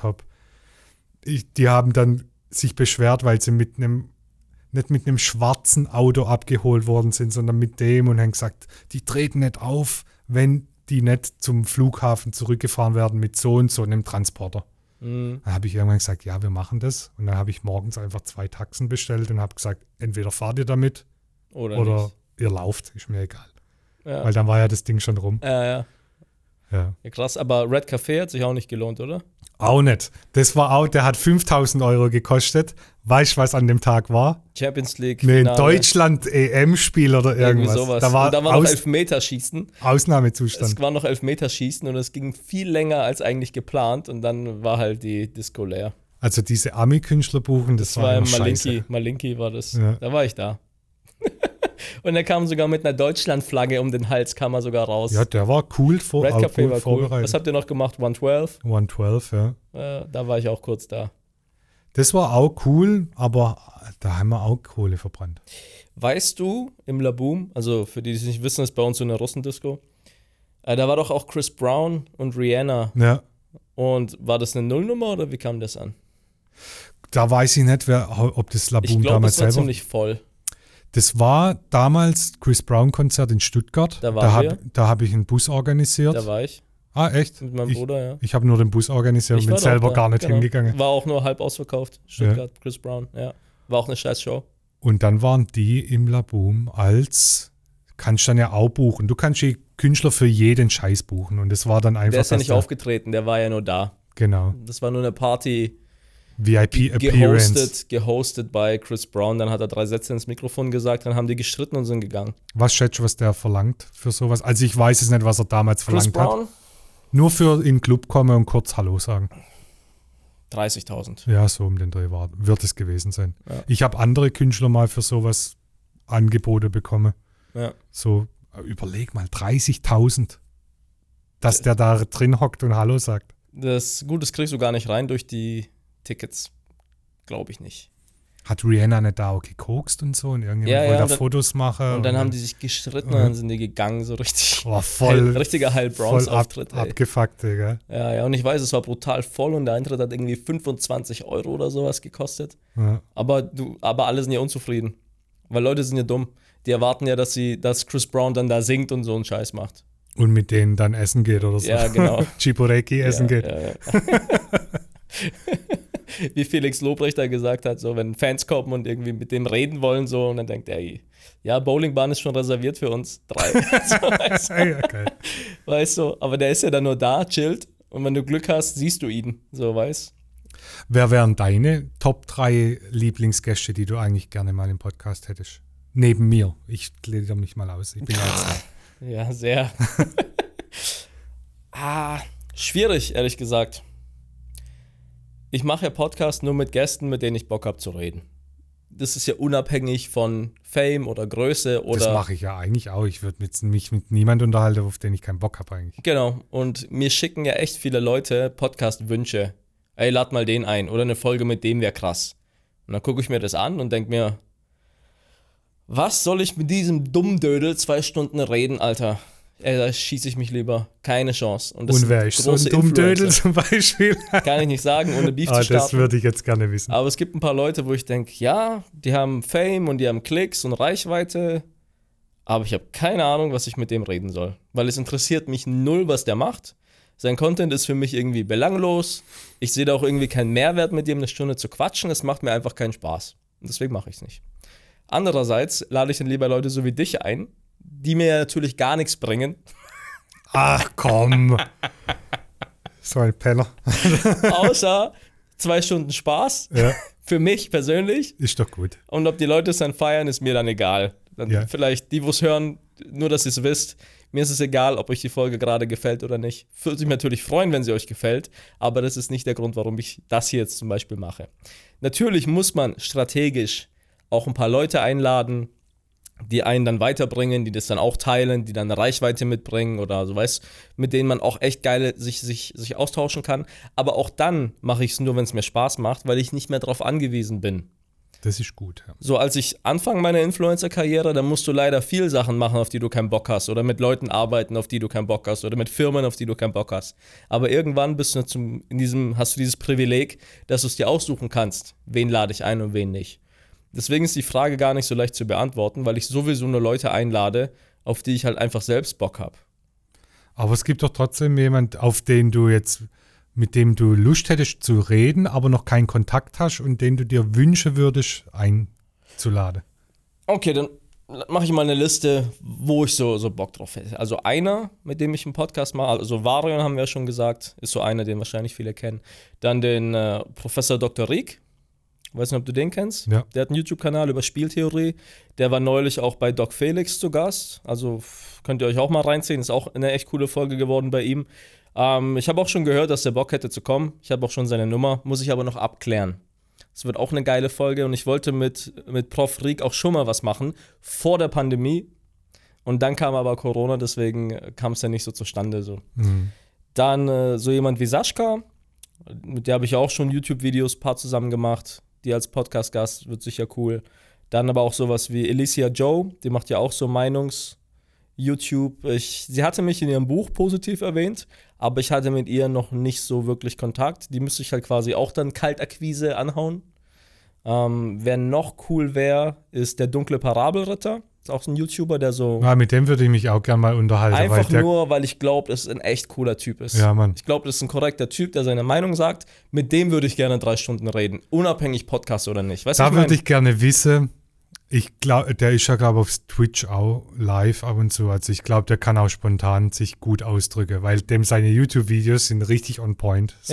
S3: Die haben dann sich beschwert, weil sie nicht mit einem schwarzen Auto abgeholt worden sind, sondern mit dem und haben gesagt, die treten nicht auf, wenn die nicht zum Flughafen zurückgefahren werden mit so und so einem Transporter. Dann habe ich irgendwann gesagt, ja, wir machen das. Und dann habe ich morgens einfach 2 Taxen bestellt und habe gesagt, entweder fahrt ihr damit oder ihr lauft, ist mir egal. Ja. Weil dann war ja das Ding schon rum.
S1: Ja, krass, aber Red Café hat sich auch nicht gelohnt, oder?
S3: Auch nicht. Das war auch, der hat 5.000 € gekostet. Weißt du, was an dem Tag war?
S1: Champions League.
S3: Finale. Ein Deutschland-EM-Spiel oder irgendwas.
S1: Sowas. Da war noch Elfmeterschießen.
S3: Ausnahmezustand.
S1: Es war noch Elfmeterschießen und es ging viel länger als eigentlich geplant und dann war halt die Disco leer.
S3: Also diese Ami-Künstler buchen, das war immer scheiße.
S1: Malinki war das. Ja. Da war ich da. Und er kam sogar mit einer Deutschlandflagge um den Hals, kam er sogar raus.
S3: Ja, der war cool,
S1: Red Café war vorbereitet. Was habt ihr noch gemacht? 112?
S3: 112, ja.
S1: Da war ich auch kurz da.
S3: Das war auch cool, aber da haben wir auch Kohle verbrannt.
S1: Weißt du, im Laboom, also für die, die es nicht wissen, ist bei uns so eine Russendisco, da war doch auch Chris Brown und Rihanna.
S3: Ja.
S1: Und war das eine Nullnummer oder wie kam das an?
S3: Da weiß ich nicht, ob das Laboom damals selber...
S1: Ich glaube, es war ziemlich voll.
S3: Das war damals Chris Brown-Konzert in Stuttgart. Da habe ich einen Bus organisiert.
S1: Da war ich.
S3: Ah, echt?
S1: Mit meinem Bruder, ja.
S3: Ich habe nur den Bus organisiert und bin selber gar nicht hingegangen.
S1: War auch nur halb ausverkauft. Stuttgart, ja. Chris Brown, ja. War auch eine scheiß Show.
S3: Und dann waren die im Laboom kannst dann ja auch buchen. Du kannst die Künstler für jeden Scheiß buchen. Und das war dann einfach...
S1: Der ist ja nicht aufgetreten, der war ja nur da.
S3: Genau.
S1: Das war nur eine Party...
S3: VIP-Appearance.
S1: Gehostet bei Chris Brown. Dann hat er 3 Sätze ins Mikrofon gesagt, dann haben die gestritten und sind gegangen.
S3: Was schätzt du, was der verlangt für sowas? Also ich weiß es nicht, was er damals verlangt
S1: Chris Brown?
S3: hat. Nur für in den Club kommen und kurz Hallo sagen.
S1: 30.000.
S3: Ja, so um den Dreh wird es gewesen sein.
S1: Ja.
S3: Ich habe andere Künstler mal für sowas Angebote bekommen.
S1: Ja.
S3: So, überleg mal, 30.000. Dass der da drin hockt und Hallo sagt.
S1: Das kriegst du gar nicht rein durch die Tickets. Glaube ich nicht.
S3: Hat Rihanna nicht da auch gekokst und so und irgendjemand
S1: Ja,
S3: wollte da
S1: dann,
S3: Fotos machen?
S1: Und dann haben die sich gestritten und dann sind die gegangen, so richtig.
S3: Oh, voll.
S1: Richtiger Hal Browns-Auftritt.
S3: Abgefuckt, Digga.
S1: Ja, und ich weiß, es war brutal voll und der Eintritt hat irgendwie 25 € oder sowas gekostet.
S3: Ja.
S1: Aber alle sind ja unzufrieden. Weil Leute sind ja dumm. Die erwarten ja, dass Chris Brown dann da singt und so einen Scheiß macht.
S3: Und mit denen dann essen geht oder so.
S1: Ja, genau.
S3: Chiporeki essen geht.
S1: Ja. Wie Felix Lobrechter gesagt hat, so wenn Fans kommen und irgendwie mit dem reden wollen, so, und dann denkt er, ja, Bowlingbahn ist schon reserviert für uns 3. So, weißt du?
S3: Ja, geil.
S1: Weißt du, aber der ist ja dann nur da, chillt, und wenn du Glück hast, siehst du ihn, so, weißt.
S3: Wer wären deine Top 3 Lieblingsgäste, die du eigentlich gerne mal im Podcast hättest? Neben mir. Ich glieder mich mal aus. Ich bin
S1: ja, sehr. Schwierig, ehrlich gesagt. Ich mache ja Podcast nur mit Gästen, mit denen ich Bock habe zu reden. Das ist ja unabhängig von Fame oder Größe oder.
S3: Das mache ich ja eigentlich auch. Ich würde mich mit niemandem unterhalten, auf den ich keinen Bock habe eigentlich.
S1: Genau. Und mir schicken ja echt viele Leute Podcast-Wünsche. Ey, lad mal den ein. Oder eine Folge mit dem wäre krass. Und dann gucke ich mir das an und denke mir, was soll ich mit diesem Dummdödel 2 Stunden reden, Alter? Ey, da schieße ich mich lieber. Keine Chance. Und
S3: wer ist so ein Dummdödel zum Beispiel?
S1: Kann ich nicht sagen, ohne Beef zu starten.
S3: Das würde ich jetzt gerne wissen.
S1: Aber es gibt ein paar Leute, wo ich denke, ja, die haben Fame und die haben Klicks und Reichweite, aber ich habe keine Ahnung, was ich mit dem reden soll. Weil es interessiert mich null, was der macht. Sein Content ist für mich irgendwie belanglos. Ich sehe da auch irgendwie keinen Mehrwert, mit dem eine Stunde zu quatschen. Es macht mir einfach keinen Spaß. Und deswegen mache ich es nicht. Andererseits lade ich dann lieber Leute so wie dich ein, die mir natürlich gar nichts bringen.
S3: Ach komm. So ein Penner.
S1: Außer 2 Stunden Spaß.
S3: Ja.
S1: Für mich persönlich.
S3: Ist doch gut.
S1: Und ob die Leute es dann feiern, ist mir dann egal. Dann vielleicht die, wo es hören, nur dass ihr es wisst. Mir ist es egal, ob euch die Folge gerade gefällt oder nicht. Würde mich natürlich freuen, wenn sie euch gefällt. Aber das ist nicht der Grund, warum ich das hier jetzt zum Beispiel mache. Natürlich muss man strategisch auch ein paar Leute einladen, die einen dann weiterbringen, die das dann auch teilen, die dann eine Reichweite mitbringen oder so, weißt, mit denen man auch echt geil sich austauschen kann. Aber auch dann mache ich es nur, wenn es mir Spaß macht, weil ich nicht mehr darauf angewiesen bin.
S3: Das ist gut, ja.
S1: So, als ich anfange meiner Influencer-Karriere, dann musst du leider viel Sachen machen, auf die du keinen Bock hast, oder mit Leuten arbeiten, auf die du keinen Bock hast, oder mit Firmen, auf die du keinen Bock hast. Aber irgendwann hast du dieses Privileg, dass du es dir aussuchen kannst, wen lade ich ein und wen nicht. Deswegen ist die Frage gar nicht so leicht zu beantworten, weil ich sowieso nur Leute einlade, auf die ich halt einfach selbst Bock habe.
S3: Aber es gibt doch trotzdem jemand, mit dem du Lust hättest zu reden, aber noch keinen Kontakt hast und den du dir wünschen würdest, einzuladen.
S1: Okay, dann mache ich mal eine Liste, wo ich so Bock drauf hätte. Also einer, mit dem ich einen Podcast mache, also Varion haben wir ja schon gesagt, ist so einer, den wahrscheinlich viele kennen. Dann den Professor Dr. Rieck. Weiß nicht, ob du den kennst.
S3: Ja.
S1: Der hat einen YouTube-Kanal über Spieltheorie. Der war neulich auch bei Doc Felix zu Gast. Also könnt ihr euch auch mal reinziehen. Ist auch eine echt coole Folge geworden bei ihm. Ich habe auch schon gehört, dass der Bock hätte zu kommen. Ich habe auch schon seine Nummer. Muss ich aber noch abklären. Es wird auch eine geile Folge. Und ich wollte mit Prof. Rieck auch schon mal was machen. Vor der Pandemie. Und dann kam aber Corona. Deswegen kam es ja nicht so zustande. So.
S3: Mhm.
S1: Dann so jemand wie Sascha. Mit der habe ich auch schon YouTube-Videos paar zusammen gemacht. Die als Podcast-Gast wird sicher cool. Dann aber auch sowas wie Alicia Joe, die macht ja auch so Meinungs-YouTube. Sie hatte mich in ihrem Buch positiv erwähnt, aber ich hatte mit ihr noch nicht so wirklich Kontakt. Die müsste ich halt quasi auch dann Kaltakquise anhauen. Wer noch cool wäre, ist der dunkle Parabelritter. Ist auch so ein YouTuber, der so...
S3: Ja, mit dem würde ich mich auch gerne mal unterhalten.
S1: Einfach weil ich glaube, dass es ein echt cooler Typ ist.
S3: Ja, Mann.
S1: Ich glaube, das ist ein korrekter Typ, der seine Meinung sagt. Mit dem würde ich gerne 3 Stunden reden. Unabhängig Podcast oder nicht. Weißt du,
S3: da würde ich gerne wissen, der ist ja, glaube ich, auf Twitch auch live ab und zu. Also ich glaube, der kann auch spontan sich gut ausdrücken, weil dem seine YouTube-Videos sind richtig on point. So.
S1: Ja.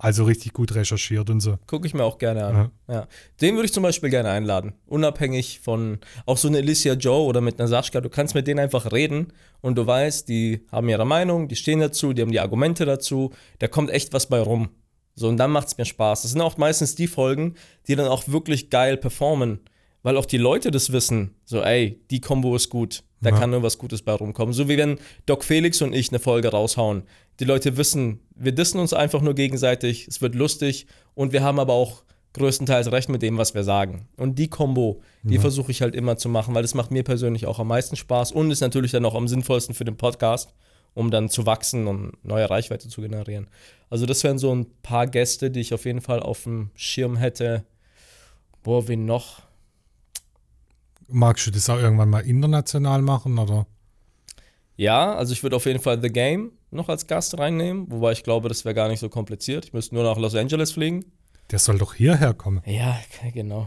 S3: Also richtig gut recherchiert und so.
S1: Gucke ich mir auch gerne an. Ja. Den würde ich zum Beispiel gerne einladen. Unabhängig von auch so eine Alicia Joe oder mit einer Sascha. Du kannst mit denen einfach reden und du weißt, die haben ihre Meinung, die stehen dazu, die haben die Argumente dazu. Da kommt echt was bei rum. So, und dann macht es mir Spaß. Das sind auch meistens die Folgen, die dann auch wirklich geil performen. Weil auch die Leute das wissen. So, ey, die Kombo ist gut. Da kann nur was Gutes bei rumkommen. So wie wenn Doc Felix und ich eine Folge raushauen. Die Leute wissen, wir dissen uns einfach nur gegenseitig, es wird lustig und wir haben aber auch größtenteils recht mit dem, was wir sagen. Und die Kombo, die versuche ich halt immer zu machen, weil das macht mir persönlich auch am meisten Spaß und ist natürlich dann auch am sinnvollsten für den Podcast, um dann zu wachsen und neue Reichweite zu generieren. Also das wären so ein paar Gäste, die ich auf jeden Fall auf dem Schirm hätte. Boah, wen noch?
S3: Magst du das auch irgendwann mal international machen, oder?
S1: Ja, also ich würde auf jeden Fall The Game noch als Gast reinnehmen, wobei ich glaube, das wäre gar nicht so kompliziert. Ich müsste nur nach Los Angeles fliegen.
S3: Der soll doch hierher kommen.
S1: Ja, genau.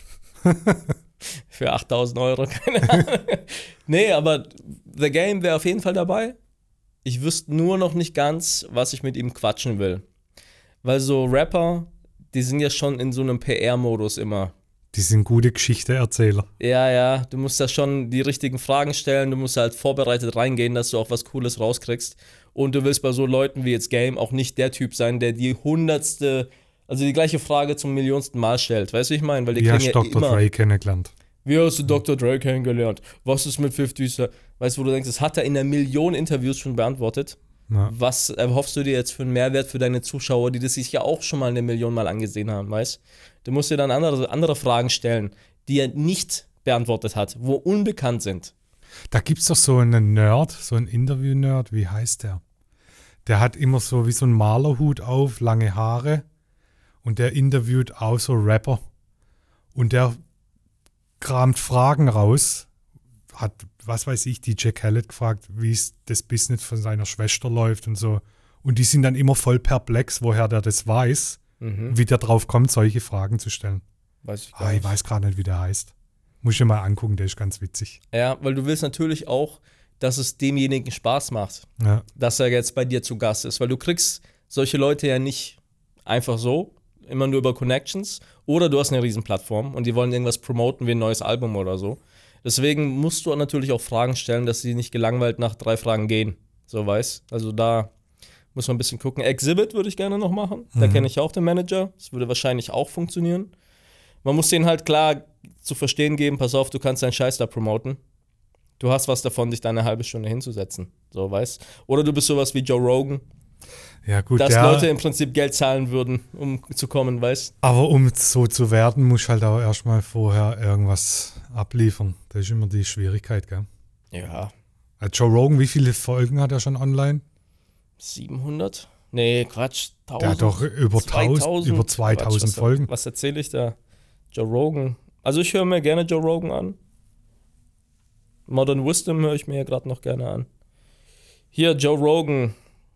S1: Für 8.000 Euro, keine Ahnung. Nee, aber The Game wäre auf jeden Fall dabei. Ich wüsste nur noch nicht ganz, was ich mit ihm quatschen will. Weil so Rapper, die sind ja schon in so einem PR-Modus immer.
S3: Die sind gute Geschichte-Erzähler.
S1: Ja, du musst da schon die richtigen Fragen stellen, du musst halt vorbereitet reingehen, dass du auch was Cooles rauskriegst. Und du willst bei so Leuten wie jetzt Game auch nicht der Typ sein, der die die gleiche Frage zum millionsten Mal stellt. Weißt du, wie ich meine? Weil die
S3: Wie hast
S1: ja
S3: du Dr. Dre kennengelernt?
S1: Wie hast du Dr. Dre kennengelernt? Was ist mit 50 Cent? Weißt du, wo du denkst, das hat er in 1 Million Interviews schon beantwortet. Ja. Was erhoffst du dir jetzt für einen Mehrwert für deine Zuschauer, die das sich ja auch schon mal 1 Million Mal angesehen haben, weißt? Du musst dir dann andere Fragen stellen, die er nicht beantwortet hat, wo unbekannt sind.
S3: Da gibt es doch so einen Nerd, so einen Interview-Nerd, wie heißt der? Der hat immer so wie so einen Malerhut auf, lange Haare und der interviewt auch so Rapper. Und der kramt Fragen raus, hat, was weiß ich, DJ Khaled gefragt, wie es das Business von seiner Schwester läuft und so. Und die sind dann immer voll perplex, woher der das weiß, wie der drauf kommt, solche Fragen zu stellen. Ich weiß gerade nicht, wie der heißt. Muss ich dir mal angucken, der ist ganz witzig.
S1: Ja, weil du willst natürlich auch, dass es demjenigen Spaß macht, dass er jetzt bei dir zu Gast ist. Weil du kriegst solche Leute ja nicht einfach so, immer nur über Connections. Oder du hast eine Riesenplattform und die wollen irgendwas promoten wie ein neues Album oder so. Deswegen musst du natürlich auch Fragen stellen, dass sie nicht gelangweilt nach 3 Fragen gehen. So, weißt? Also da muss man ein bisschen gucken. Exhibit würde ich gerne noch machen. Da kenne ich auch den Manager. Das würde wahrscheinlich auch funktionieren. Man muss denen halt klar zu verstehen geben, pass auf, du kannst deinen Scheiß da promoten. Du hast was davon, dich da 1 halbe Stunde hinzusetzen. So, weißt? Oder du bist sowas wie Joe Rogan.
S3: Ja, gut,
S1: dass Leute im Prinzip Geld zahlen würden, um zu kommen, weißt?
S3: Aber um so zu werden, musst du halt auch erstmal vorher irgendwas abliefern. Das ist immer die Schwierigkeit, gell?
S1: Ja.
S3: Joe Rogan, wie viele Folgen hat er schon online?
S1: 700? Nee, Quatsch. 1000?
S3: Der hat doch über 2000 Folgen.
S1: Was erzähle ich da? Joe Rogan. Also ich höre mir gerne Joe Rogan an. Modern Wisdom höre ich mir ja gerade noch gerne an. Hier, Joe Rogan.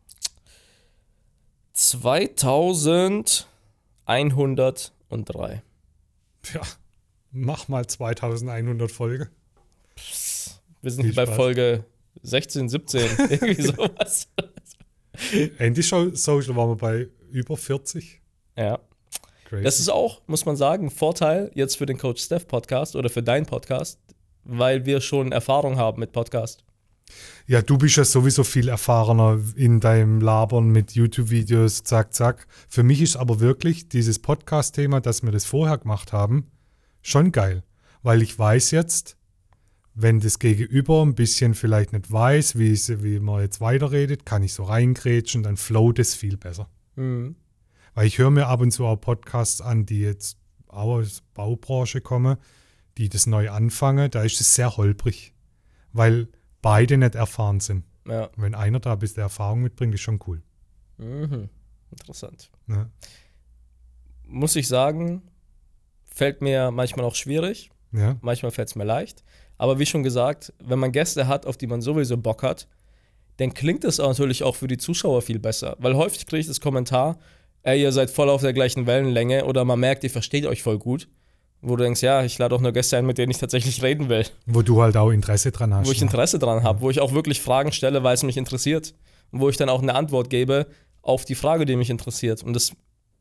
S1: 2103.
S3: Ja, mach mal 2100 Folge.
S1: Wir sind bei Folge 16, 17, irgendwie sowas.
S3: Anti-Social waren wir bei über 40.
S1: Ja. Crazy. Das ist auch, muss man sagen, ein Vorteil jetzt für den Coach Steph Podcast oder für deinen Podcast, weil wir schon Erfahrung haben mit Podcast.
S3: Ja, du bist ja sowieso viel erfahrener in deinem Labern mit YouTube-Videos, zack, zack. Für mich ist aber wirklich dieses Podcast-Thema, dass wir das vorher gemacht haben, schon geil. Weil ich weiß jetzt, wenn das Gegenüber ein bisschen vielleicht nicht weiß, wie man jetzt weiterredet, kann ich so reingrätschen, dann float es viel besser. Mhm. Weil ich höre mir ab und zu auch Podcasts an, die jetzt auch aus der Baubranche kommen, die das neu anfangen, da ist es sehr holprig. Weil beide nicht erfahren sind. Ja. Wenn einer da ein bisschen Erfahrung mitbringt, ist schon cool.
S1: Mhm. Interessant. Ja. Muss ich sagen, fällt mir manchmal auch schwierig. Ja. Manchmal fällt es mir leicht. Aber wie schon gesagt, wenn man Gäste hat, auf die man sowieso Bock hat, dann klingt es natürlich auch für die Zuschauer viel besser. Weil häufig kriege ich das Kommentar, ey, ihr seid voll auf der gleichen Wellenlänge oder man merkt, ihr versteht euch voll gut. Wo du denkst, ja, ich lade auch nur Gäste ein, mit denen ich tatsächlich reden will.
S3: Wo du halt auch Interesse dran hast.
S1: Wo ich Interesse dran habe, wo ich auch wirklich Fragen stelle, weil es mich interessiert. Und wo ich dann auch eine Antwort gebe auf die Frage, die mich interessiert. Und das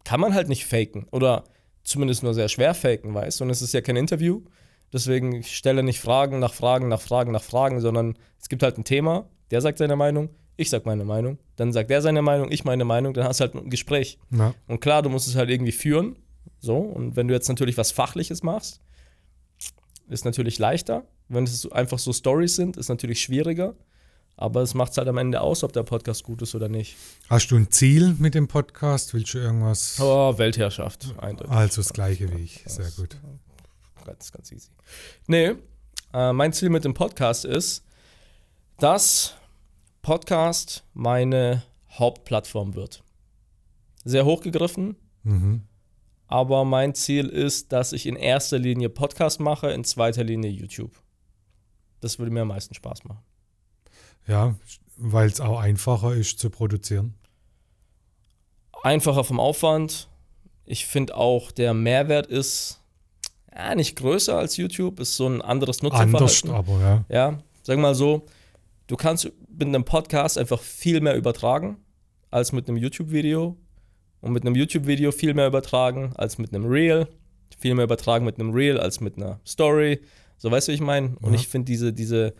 S1: kann man halt nicht faken oder zumindest nur sehr schwer faken, weißt du? Und es ist ja kein Interview, deswegen ich stelle nicht Fragen nach Fragen nach Fragen nach Fragen, sondern es gibt halt ein Thema, der sagt seine Meinung, ich sag meine Meinung, dann sagt der seine Meinung, ich meine Meinung, dann hast du halt ein Gespräch.
S3: Ja.
S1: Und klar, du musst es halt irgendwie führen, so, und wenn du jetzt natürlich was Fachliches machst, ist natürlich leichter, wenn es einfach so Storys sind, ist natürlich schwieriger, aber es macht es halt am Ende aus, ob der Podcast gut ist oder nicht.
S3: Hast du ein Ziel mit dem Podcast? Willst du irgendwas?
S1: Oh, Weltherrschaft, eindeutig.
S3: Also das gleiche wie ich, sehr gut.
S1: Ganz easy. Nee, mein Ziel mit dem Podcast ist, dass Podcast meine Hauptplattform wird. Sehr hochgegriffen, aber mein Ziel ist, dass ich in erster Linie Podcast mache, in zweiter Linie YouTube. Das würde mir am meisten Spaß machen.
S3: Ja, weil es auch einfacher ist zu produzieren.
S1: Einfacher vom Aufwand. Ich finde auch, der Mehrwert ist nicht größer als YouTube, ist so ein anderes Nutzerverhalten.
S3: Anders aber, ja.
S1: Ja, sag mal so, du kannst mit einem Podcast einfach viel mehr übertragen als mit einem YouTube-Video und mit einem YouTube-Video viel mehr übertragen als mit einem Reel, viel mehr übertragen mit einem Reel als mit einer Story. So, weißt du, wie ich meine? Und ich finde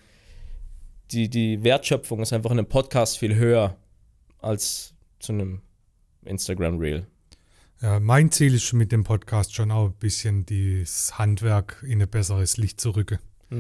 S1: die Wertschöpfung ist einfach in einem Podcast viel höher als zu einem Instagram-Reel.
S3: Ja, mein Ziel ist mit dem Podcast schon auch ein bisschen das Handwerk in ein besseres Licht zu rücken.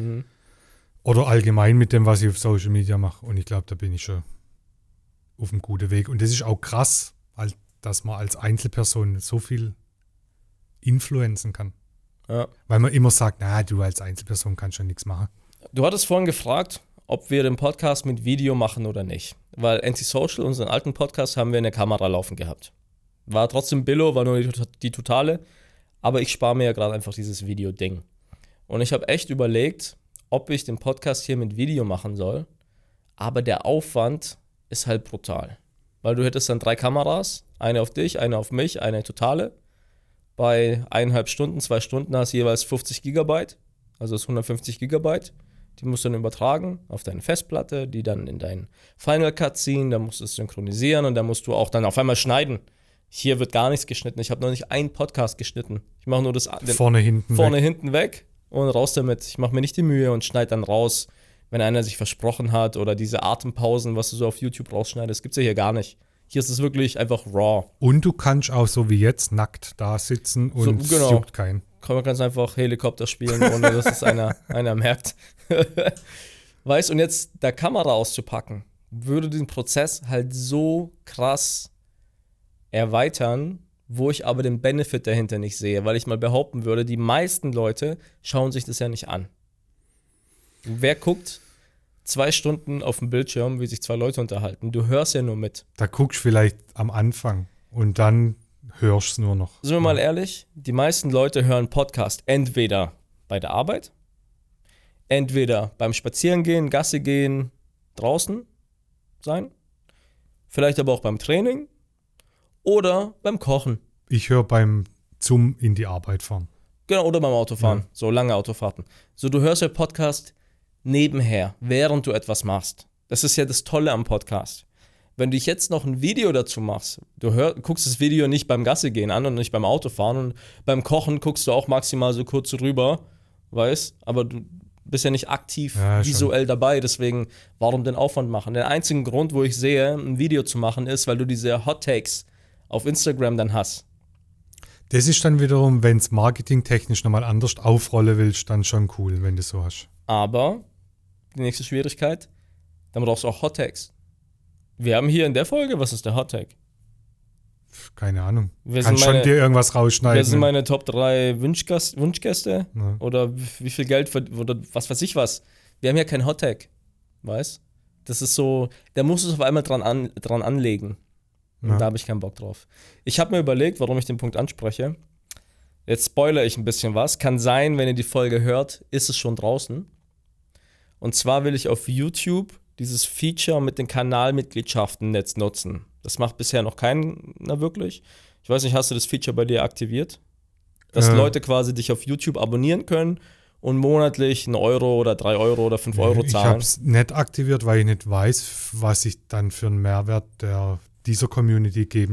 S3: Oder allgemein mit dem, was ich auf Social Media mache. Und ich glaube, da bin ich schon auf einem guten Weg. Und das ist auch krass, dass man als Einzelperson so viel influenzen kann.
S1: Ja.
S3: Weil man immer sagt, du als Einzelperson kannst schon nichts machen.
S1: Du hattest vorhin gefragt, ob wir den Podcast mit Video machen oder nicht. Weil Antisocial, unseren alten Podcast, haben wir in der Kamera laufen gehabt. War trotzdem Billo, war nur die totale. Aber ich spare mir ja gerade einfach dieses Video-Ding. Und ich habe echt überlegt, ob ich den Podcast hier mit Video machen soll. Aber der Aufwand ist halt brutal. Weil du hättest dann 3 Kameras, eine auf dich, eine auf mich, eine totale. Bei 1,5 Stunden, 2 Stunden hast du jeweils 50 Gigabyte, also das 150 Gigabyte. Die musst du dann übertragen auf deine Festplatte, die dann in deinen Final Cut ziehen, dann musst du es synchronisieren und dann musst du auch dann auf einmal schneiden. Hier wird gar nichts geschnitten. Ich habe noch nicht einen Podcast geschnitten. Ich mache nur
S3: Vorne,
S1: hinten weg und raus damit. Ich mache mir nicht die Mühe und schneide dann raus, wenn einer sich versprochen hat oder diese Atempausen, was du so auf YouTube rausschneidest, gibt es ja hier gar nicht. Hier ist es wirklich einfach raw.
S3: Und du kannst auch so wie jetzt nackt da sitzen und es juckt keinen.
S1: Man kann einfach Helikopter spielen, ohne dass es einer merkt. Weißt du, und jetzt der Kamera auszupacken, würde den Prozess halt so krass erweitern, wo ich aber den Benefit dahinter nicht sehe, weil ich mal behaupten würde, die meisten Leute schauen sich das ja nicht an. Wer guckt 2 Stunden auf dem Bildschirm, wie sich 2 Leute unterhalten? Du hörst ja nur mit.
S3: Da guckst du vielleicht am Anfang und dann hörst du es nur noch.
S1: Sind wir mal ehrlich, die meisten Leute hören Podcast entweder bei der Arbeit, entweder beim Spazierengehen, Gassi gehen, draußen sein, vielleicht aber auch beim Training oder beim Kochen.
S3: Ich höre zum in die Arbeit fahren.
S1: Genau, oder beim Autofahren, so lange Autofahrten. So, du hörst ja Podcast nebenher, während du etwas machst. Das ist ja das Tolle am Podcast. Wenn du jetzt noch ein Video dazu machst, guckst das Video nicht beim Gassi gehen an und nicht beim Autofahren und beim Kochen guckst du auch maximal so kurz rüber, weißt, aber du bist ja nicht aktiv visuell dabei, deswegen warum den Aufwand machen? Der einzige Grund, wo ich sehe, ein Video zu machen, ist, weil du diese Hot Takes auf Instagram dann hast.
S3: Das ist dann wiederum, wenn es marketingtechnisch nochmal anders aufrollen willst, dann schon cool, wenn du so hast.
S1: Aber die nächste Schwierigkeit, dann brauchst du auch Hot Takes. Wir haben hier in der Folge, was ist der Hot Take?
S3: Keine Ahnung. Kannst schon dir irgendwas rausschneiden.
S1: Wer sind meine Top 3 Wunschgäste? Ja. Oder wie viel Geld, oder was weiß ich was. Wir haben ja keinen Hot Take, weißt? Das ist so, da musst du es auf einmal dran anlegen. Und da habe ich keinen Bock drauf. Ich habe mir überlegt, warum ich den Punkt anspreche. Jetzt spoilere ich ein bisschen was. Kann sein, wenn ihr die Folge hört, ist es schon draußen. Und zwar will ich auf YouTube dieses Feature mit den Kanalmitgliedschaften jetzt nutzen. Das macht bisher noch keiner wirklich. Ich weiß nicht, hast du das Feature bei dir aktiviert? Dass Leute quasi dich auf YouTube abonnieren können und monatlich 1 Euro oder 3 Euro oder 5 Euro zahlen.
S3: Ich habe es nicht aktiviert, weil ich nicht weiß, was ich dann für einen Mehrwert dieser Community geben soll.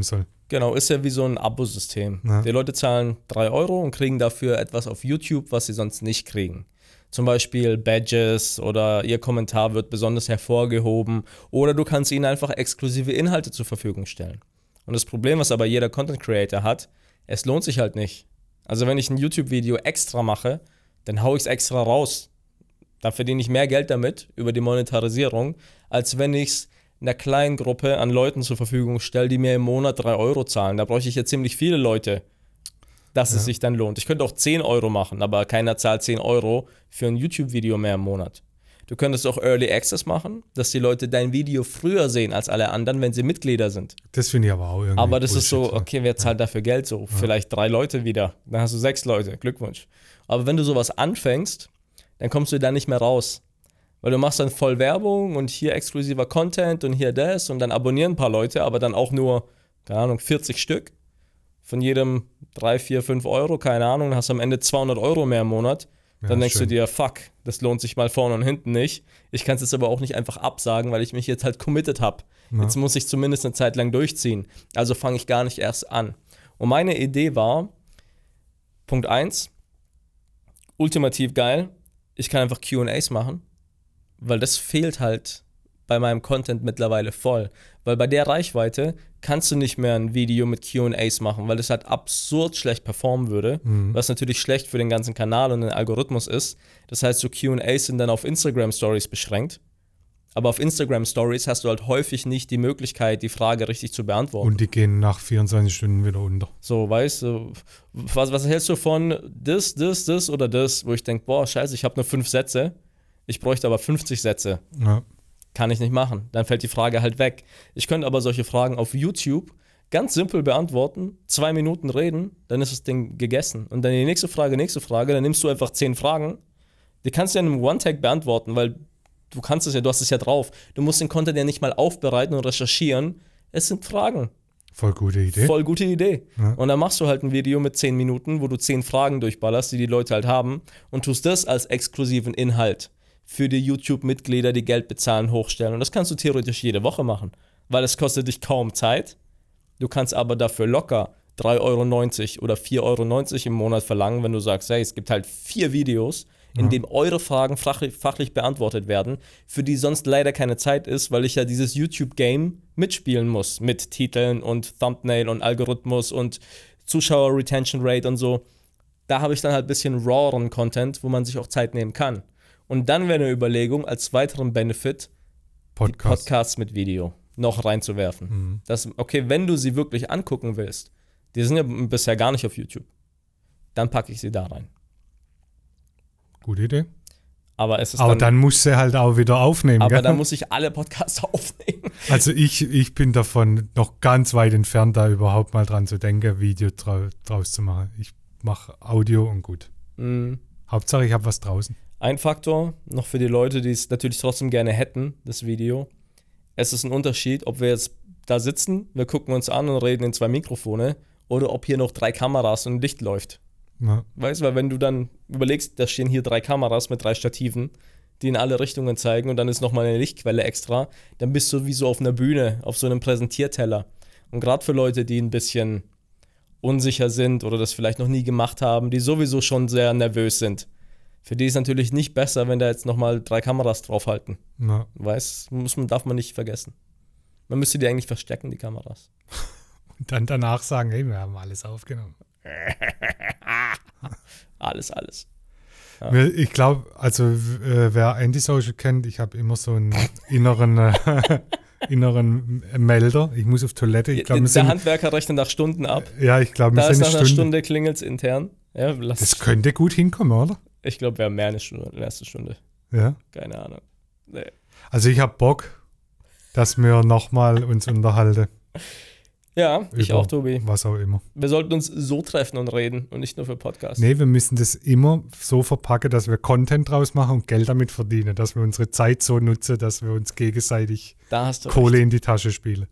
S1: Genau, ist ja wie so ein Abosystem.
S3: Ja.
S1: Die Leute zahlen 3 Euro und kriegen dafür etwas auf YouTube, was sie sonst nicht kriegen. Zum Beispiel Badges oder ihr Kommentar wird besonders hervorgehoben oder du kannst ihnen einfach exklusive Inhalte zur Verfügung stellen. Und das Problem, was aber jeder Content Creator hat, es lohnt sich halt nicht. Also wenn ich ein YouTube-Video extra mache, dann hau ich es extra raus. Da verdiene ich mehr Geld damit über die Monetarisierung, als wenn ich es einer kleinen Gruppe an Leuten zur Verfügung stelle, die mir im Monat 3 Euro zahlen. Da bräuchte ich ja ziemlich viele Leute, dass es sich dann lohnt. Ich könnte auch 10 Euro machen, aber keiner zahlt 10 Euro für ein YouTube-Video mehr im Monat. Du könntest auch Early Access machen, dass die Leute dein Video früher sehen als alle anderen, wenn sie Mitglieder sind.
S3: Das finde ich aber auch irgendwie
S1: Aber das
S3: Bullshit,
S1: ist so, okay, wer zahlt dafür Geld? So, vielleicht 3 Leute wieder. Dann hast du 6 Leute. Glückwunsch. Aber wenn du sowas anfängst, dann kommst du da nicht mehr raus. Weil du machst dann voll Werbung und hier exklusiver Content und hier das und dann abonnieren ein paar Leute, aber dann auch nur, keine Ahnung, 40 Stück. Von jedem 3, 4, 5 Euro, keine Ahnung, dann hast du am Ende 200 Euro mehr im Monat. Dann denkst du dir, fuck, das lohnt sich mal vorne und hinten nicht. Ich kann es jetzt aber auch nicht einfach absagen, weil ich mich jetzt halt committed habe. Jetzt muss ich zumindest eine Zeit lang durchziehen. Also fange ich gar nicht erst an. Und meine Idee war, Punkt 1, ultimativ geil, ich kann einfach Q&As machen, weil das fehlt halt bei meinem Content mittlerweile voll. Weil bei der Reichweite kannst du nicht mehr ein Video mit Q&As machen, weil das halt absurd schlecht performen würde, was natürlich schlecht für den ganzen Kanal und den Algorithmus ist. Das heißt, so Q&As sind dann auf Instagram Stories beschränkt. Aber auf Instagram Stories hast du halt häufig nicht die Möglichkeit, die Frage richtig zu beantworten.
S3: Und die gehen nach 24 Stunden wieder unter.
S1: So, weißt du, was hältst du von das oder das? Wo ich denke, boah, scheiße, ich habe nur 5 Sätze, ich bräuchte aber 50 Sätze.
S3: Ja.
S1: Kann ich nicht machen. Dann fällt die Frage halt weg. Ich könnte aber solche Fragen auf YouTube ganz simpel beantworten, 2 Minuten reden, dann ist das Ding gegessen. Und dann die nächste Frage, dann nimmst du einfach 10 Fragen, die kannst du ja in einem One-Tag beantworten, weil du kannst es ja, du hast es ja drauf. Du musst den Content ja nicht mal aufbereiten und recherchieren. Es sind Fragen.
S3: Voll gute Idee.
S1: Voll gute Idee.
S3: Ja.
S1: Und dann machst du halt ein Video mit 10 Minuten, wo du 10 Fragen durchballerst, die die Leute halt haben und tust das als exklusiven Inhalt für die YouTube-Mitglieder, die Geld bezahlen, hochstellen. Und das kannst du theoretisch jede Woche machen, weil es kostet dich kaum Zeit. Du kannst aber dafür locker 3,90 € oder 4,90 € im Monat verlangen, wenn du sagst, hey, es gibt halt 4 Videos, in denen eure Fragen fachlich beantwortet werden, für die sonst leider keine Zeit ist, weil ich ja dieses YouTube-Game mitspielen muss, mit Titeln und Thumbnail und Algorithmus und Zuschauer-Retention-Rate und so. Da habe ich dann halt ein bisschen raweren Content, wo man sich auch Zeit nehmen kann. Und dann wäre eine Überlegung, als weiteren Benefit, die Podcasts mit Video noch reinzuwerfen. Das, okay, wenn du sie wirklich angucken willst, die sind ja bisher gar nicht auf YouTube, dann packe ich sie da rein.
S3: Gute Idee.
S1: Aber es ist
S3: Aber dann musst du halt auch wieder aufnehmen,
S1: aber
S3: gell?
S1: dann muss ich alle Podcasts aufnehmen.
S3: Also ich bin davon noch ganz weit entfernt, da überhaupt mal dran zu denken, Video draus zu machen. Ich mache Audio und gut. Hauptsache, ich habe was draußen.
S1: Ein Faktor noch für die Leute, die es natürlich trotzdem gerne hätten, das Video. Es ist ein Unterschied, ob wir jetzt da sitzen, wir gucken uns an und reden in 2 Mikrofone oder ob hier noch 3 Kameras und ein Licht läuft.
S3: Ja.
S1: Weißt du, weil wenn du dann überlegst, da stehen hier 3 Kameras mit 3 Stativen, die in alle Richtungen zeigen und dann ist nochmal eine Lichtquelle extra, dann bist du wie so auf einer Bühne, auf so einem Präsentierteller. Und gerade für Leute, die ein bisschen unsicher sind oder das vielleicht noch nie gemacht haben, die sowieso schon sehr nervös sind, für die ist es natürlich nicht besser, wenn da jetzt nochmal 3 Kameras draufhalten.
S3: Ja.
S1: Weißt, darf man nicht vergessen. Man müsste die eigentlich verstecken, die Kameras.
S3: Und dann danach sagen, hey, wir haben alles aufgenommen.
S1: Alles. Ja.
S3: Ich glaube, also wer Antisocial kennt, ich habe immer so einen inneren Melder. Ich muss auf Toilette. Ich glaub,
S1: der Handwerker rechnet nach Stunden ab.
S3: Ja, ich glaube, wir
S1: Da
S3: sind
S1: ist
S3: eine
S1: nach einer
S3: Stunde.
S1: Stunde klingelt es intern. Ja,
S3: Das könnte gut hinkommen, oder?
S1: Ich glaube, wir haben mehr eine Stunde, eine erste Stunde.
S3: Ja.
S1: Keine Ahnung. Nee.
S3: Also ich habe Bock, dass wir nochmal uns unterhalten.
S1: Ja, ich
S3: Über
S1: auch, Tobi.
S3: Was auch immer.
S1: Wir sollten uns so treffen und reden und nicht nur für Podcasts.
S3: Nee, wir müssen das immer so verpacken, dass wir Content draus machen und Geld damit verdienen. Dass wir unsere Zeit so nutzen, dass wir uns gegenseitig
S1: Da hast du
S3: Kohle
S1: recht.
S3: in die Tasche spielen.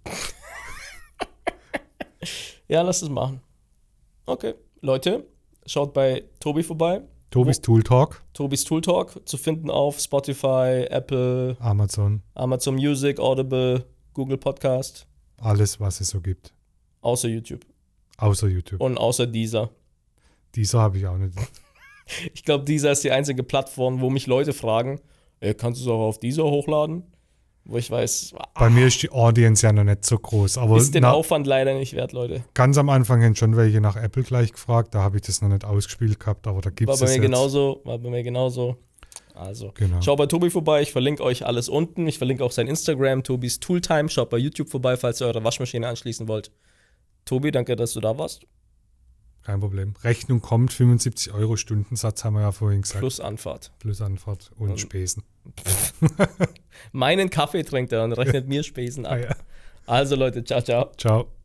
S1: Ja, lass es machen. Okay, Leute, schaut bei Tobi vorbei.
S3: Tobis Tool Talk,
S1: Tobis Tool Talk zu finden auf Spotify, Apple,
S3: Amazon,
S1: Amazon Music, Audible, Google Podcast.
S3: alles, was es so gibt.
S1: Außer YouTube.
S3: Außer YouTube.
S1: Und außer Deezer.
S3: Deezer habe ich auch nicht.
S1: Ich glaube, Deezer ist die einzige Plattform, wo mich Leute fragen, kannst du es auch auf Deezer hochladen? Wo ich weiß,
S3: bei mir ist die Audience ja noch nicht so groß. Aber
S1: ist den Aufwand leider nicht wert, Leute.
S3: Ganz am Anfang haben schon welche nach Apple gleich gefragt, da habe ich das noch nicht ausgespielt gehabt, aber da gibt es
S1: War bei mir genauso. Also,
S3: genau.
S1: Schaut bei Tobi vorbei, ich verlinke euch alles unten. Ich verlinke auch sein Instagram, Tobis Tooltime. Schaut bei YouTube vorbei, falls ihr eure Waschmaschine anschließen wollt. Tobi, danke, dass du da warst.
S3: Kein Problem. Rechnung kommt, 75 € Stundensatz haben wir ja vorhin gesagt.
S1: Plus Anfahrt.
S3: Plus Anfahrt und Spesen.
S1: Meinen Kaffee trinkt er und rechnet mir Spesen ab.
S3: Ja.
S1: Also Leute, ciao, ciao.
S3: Ciao.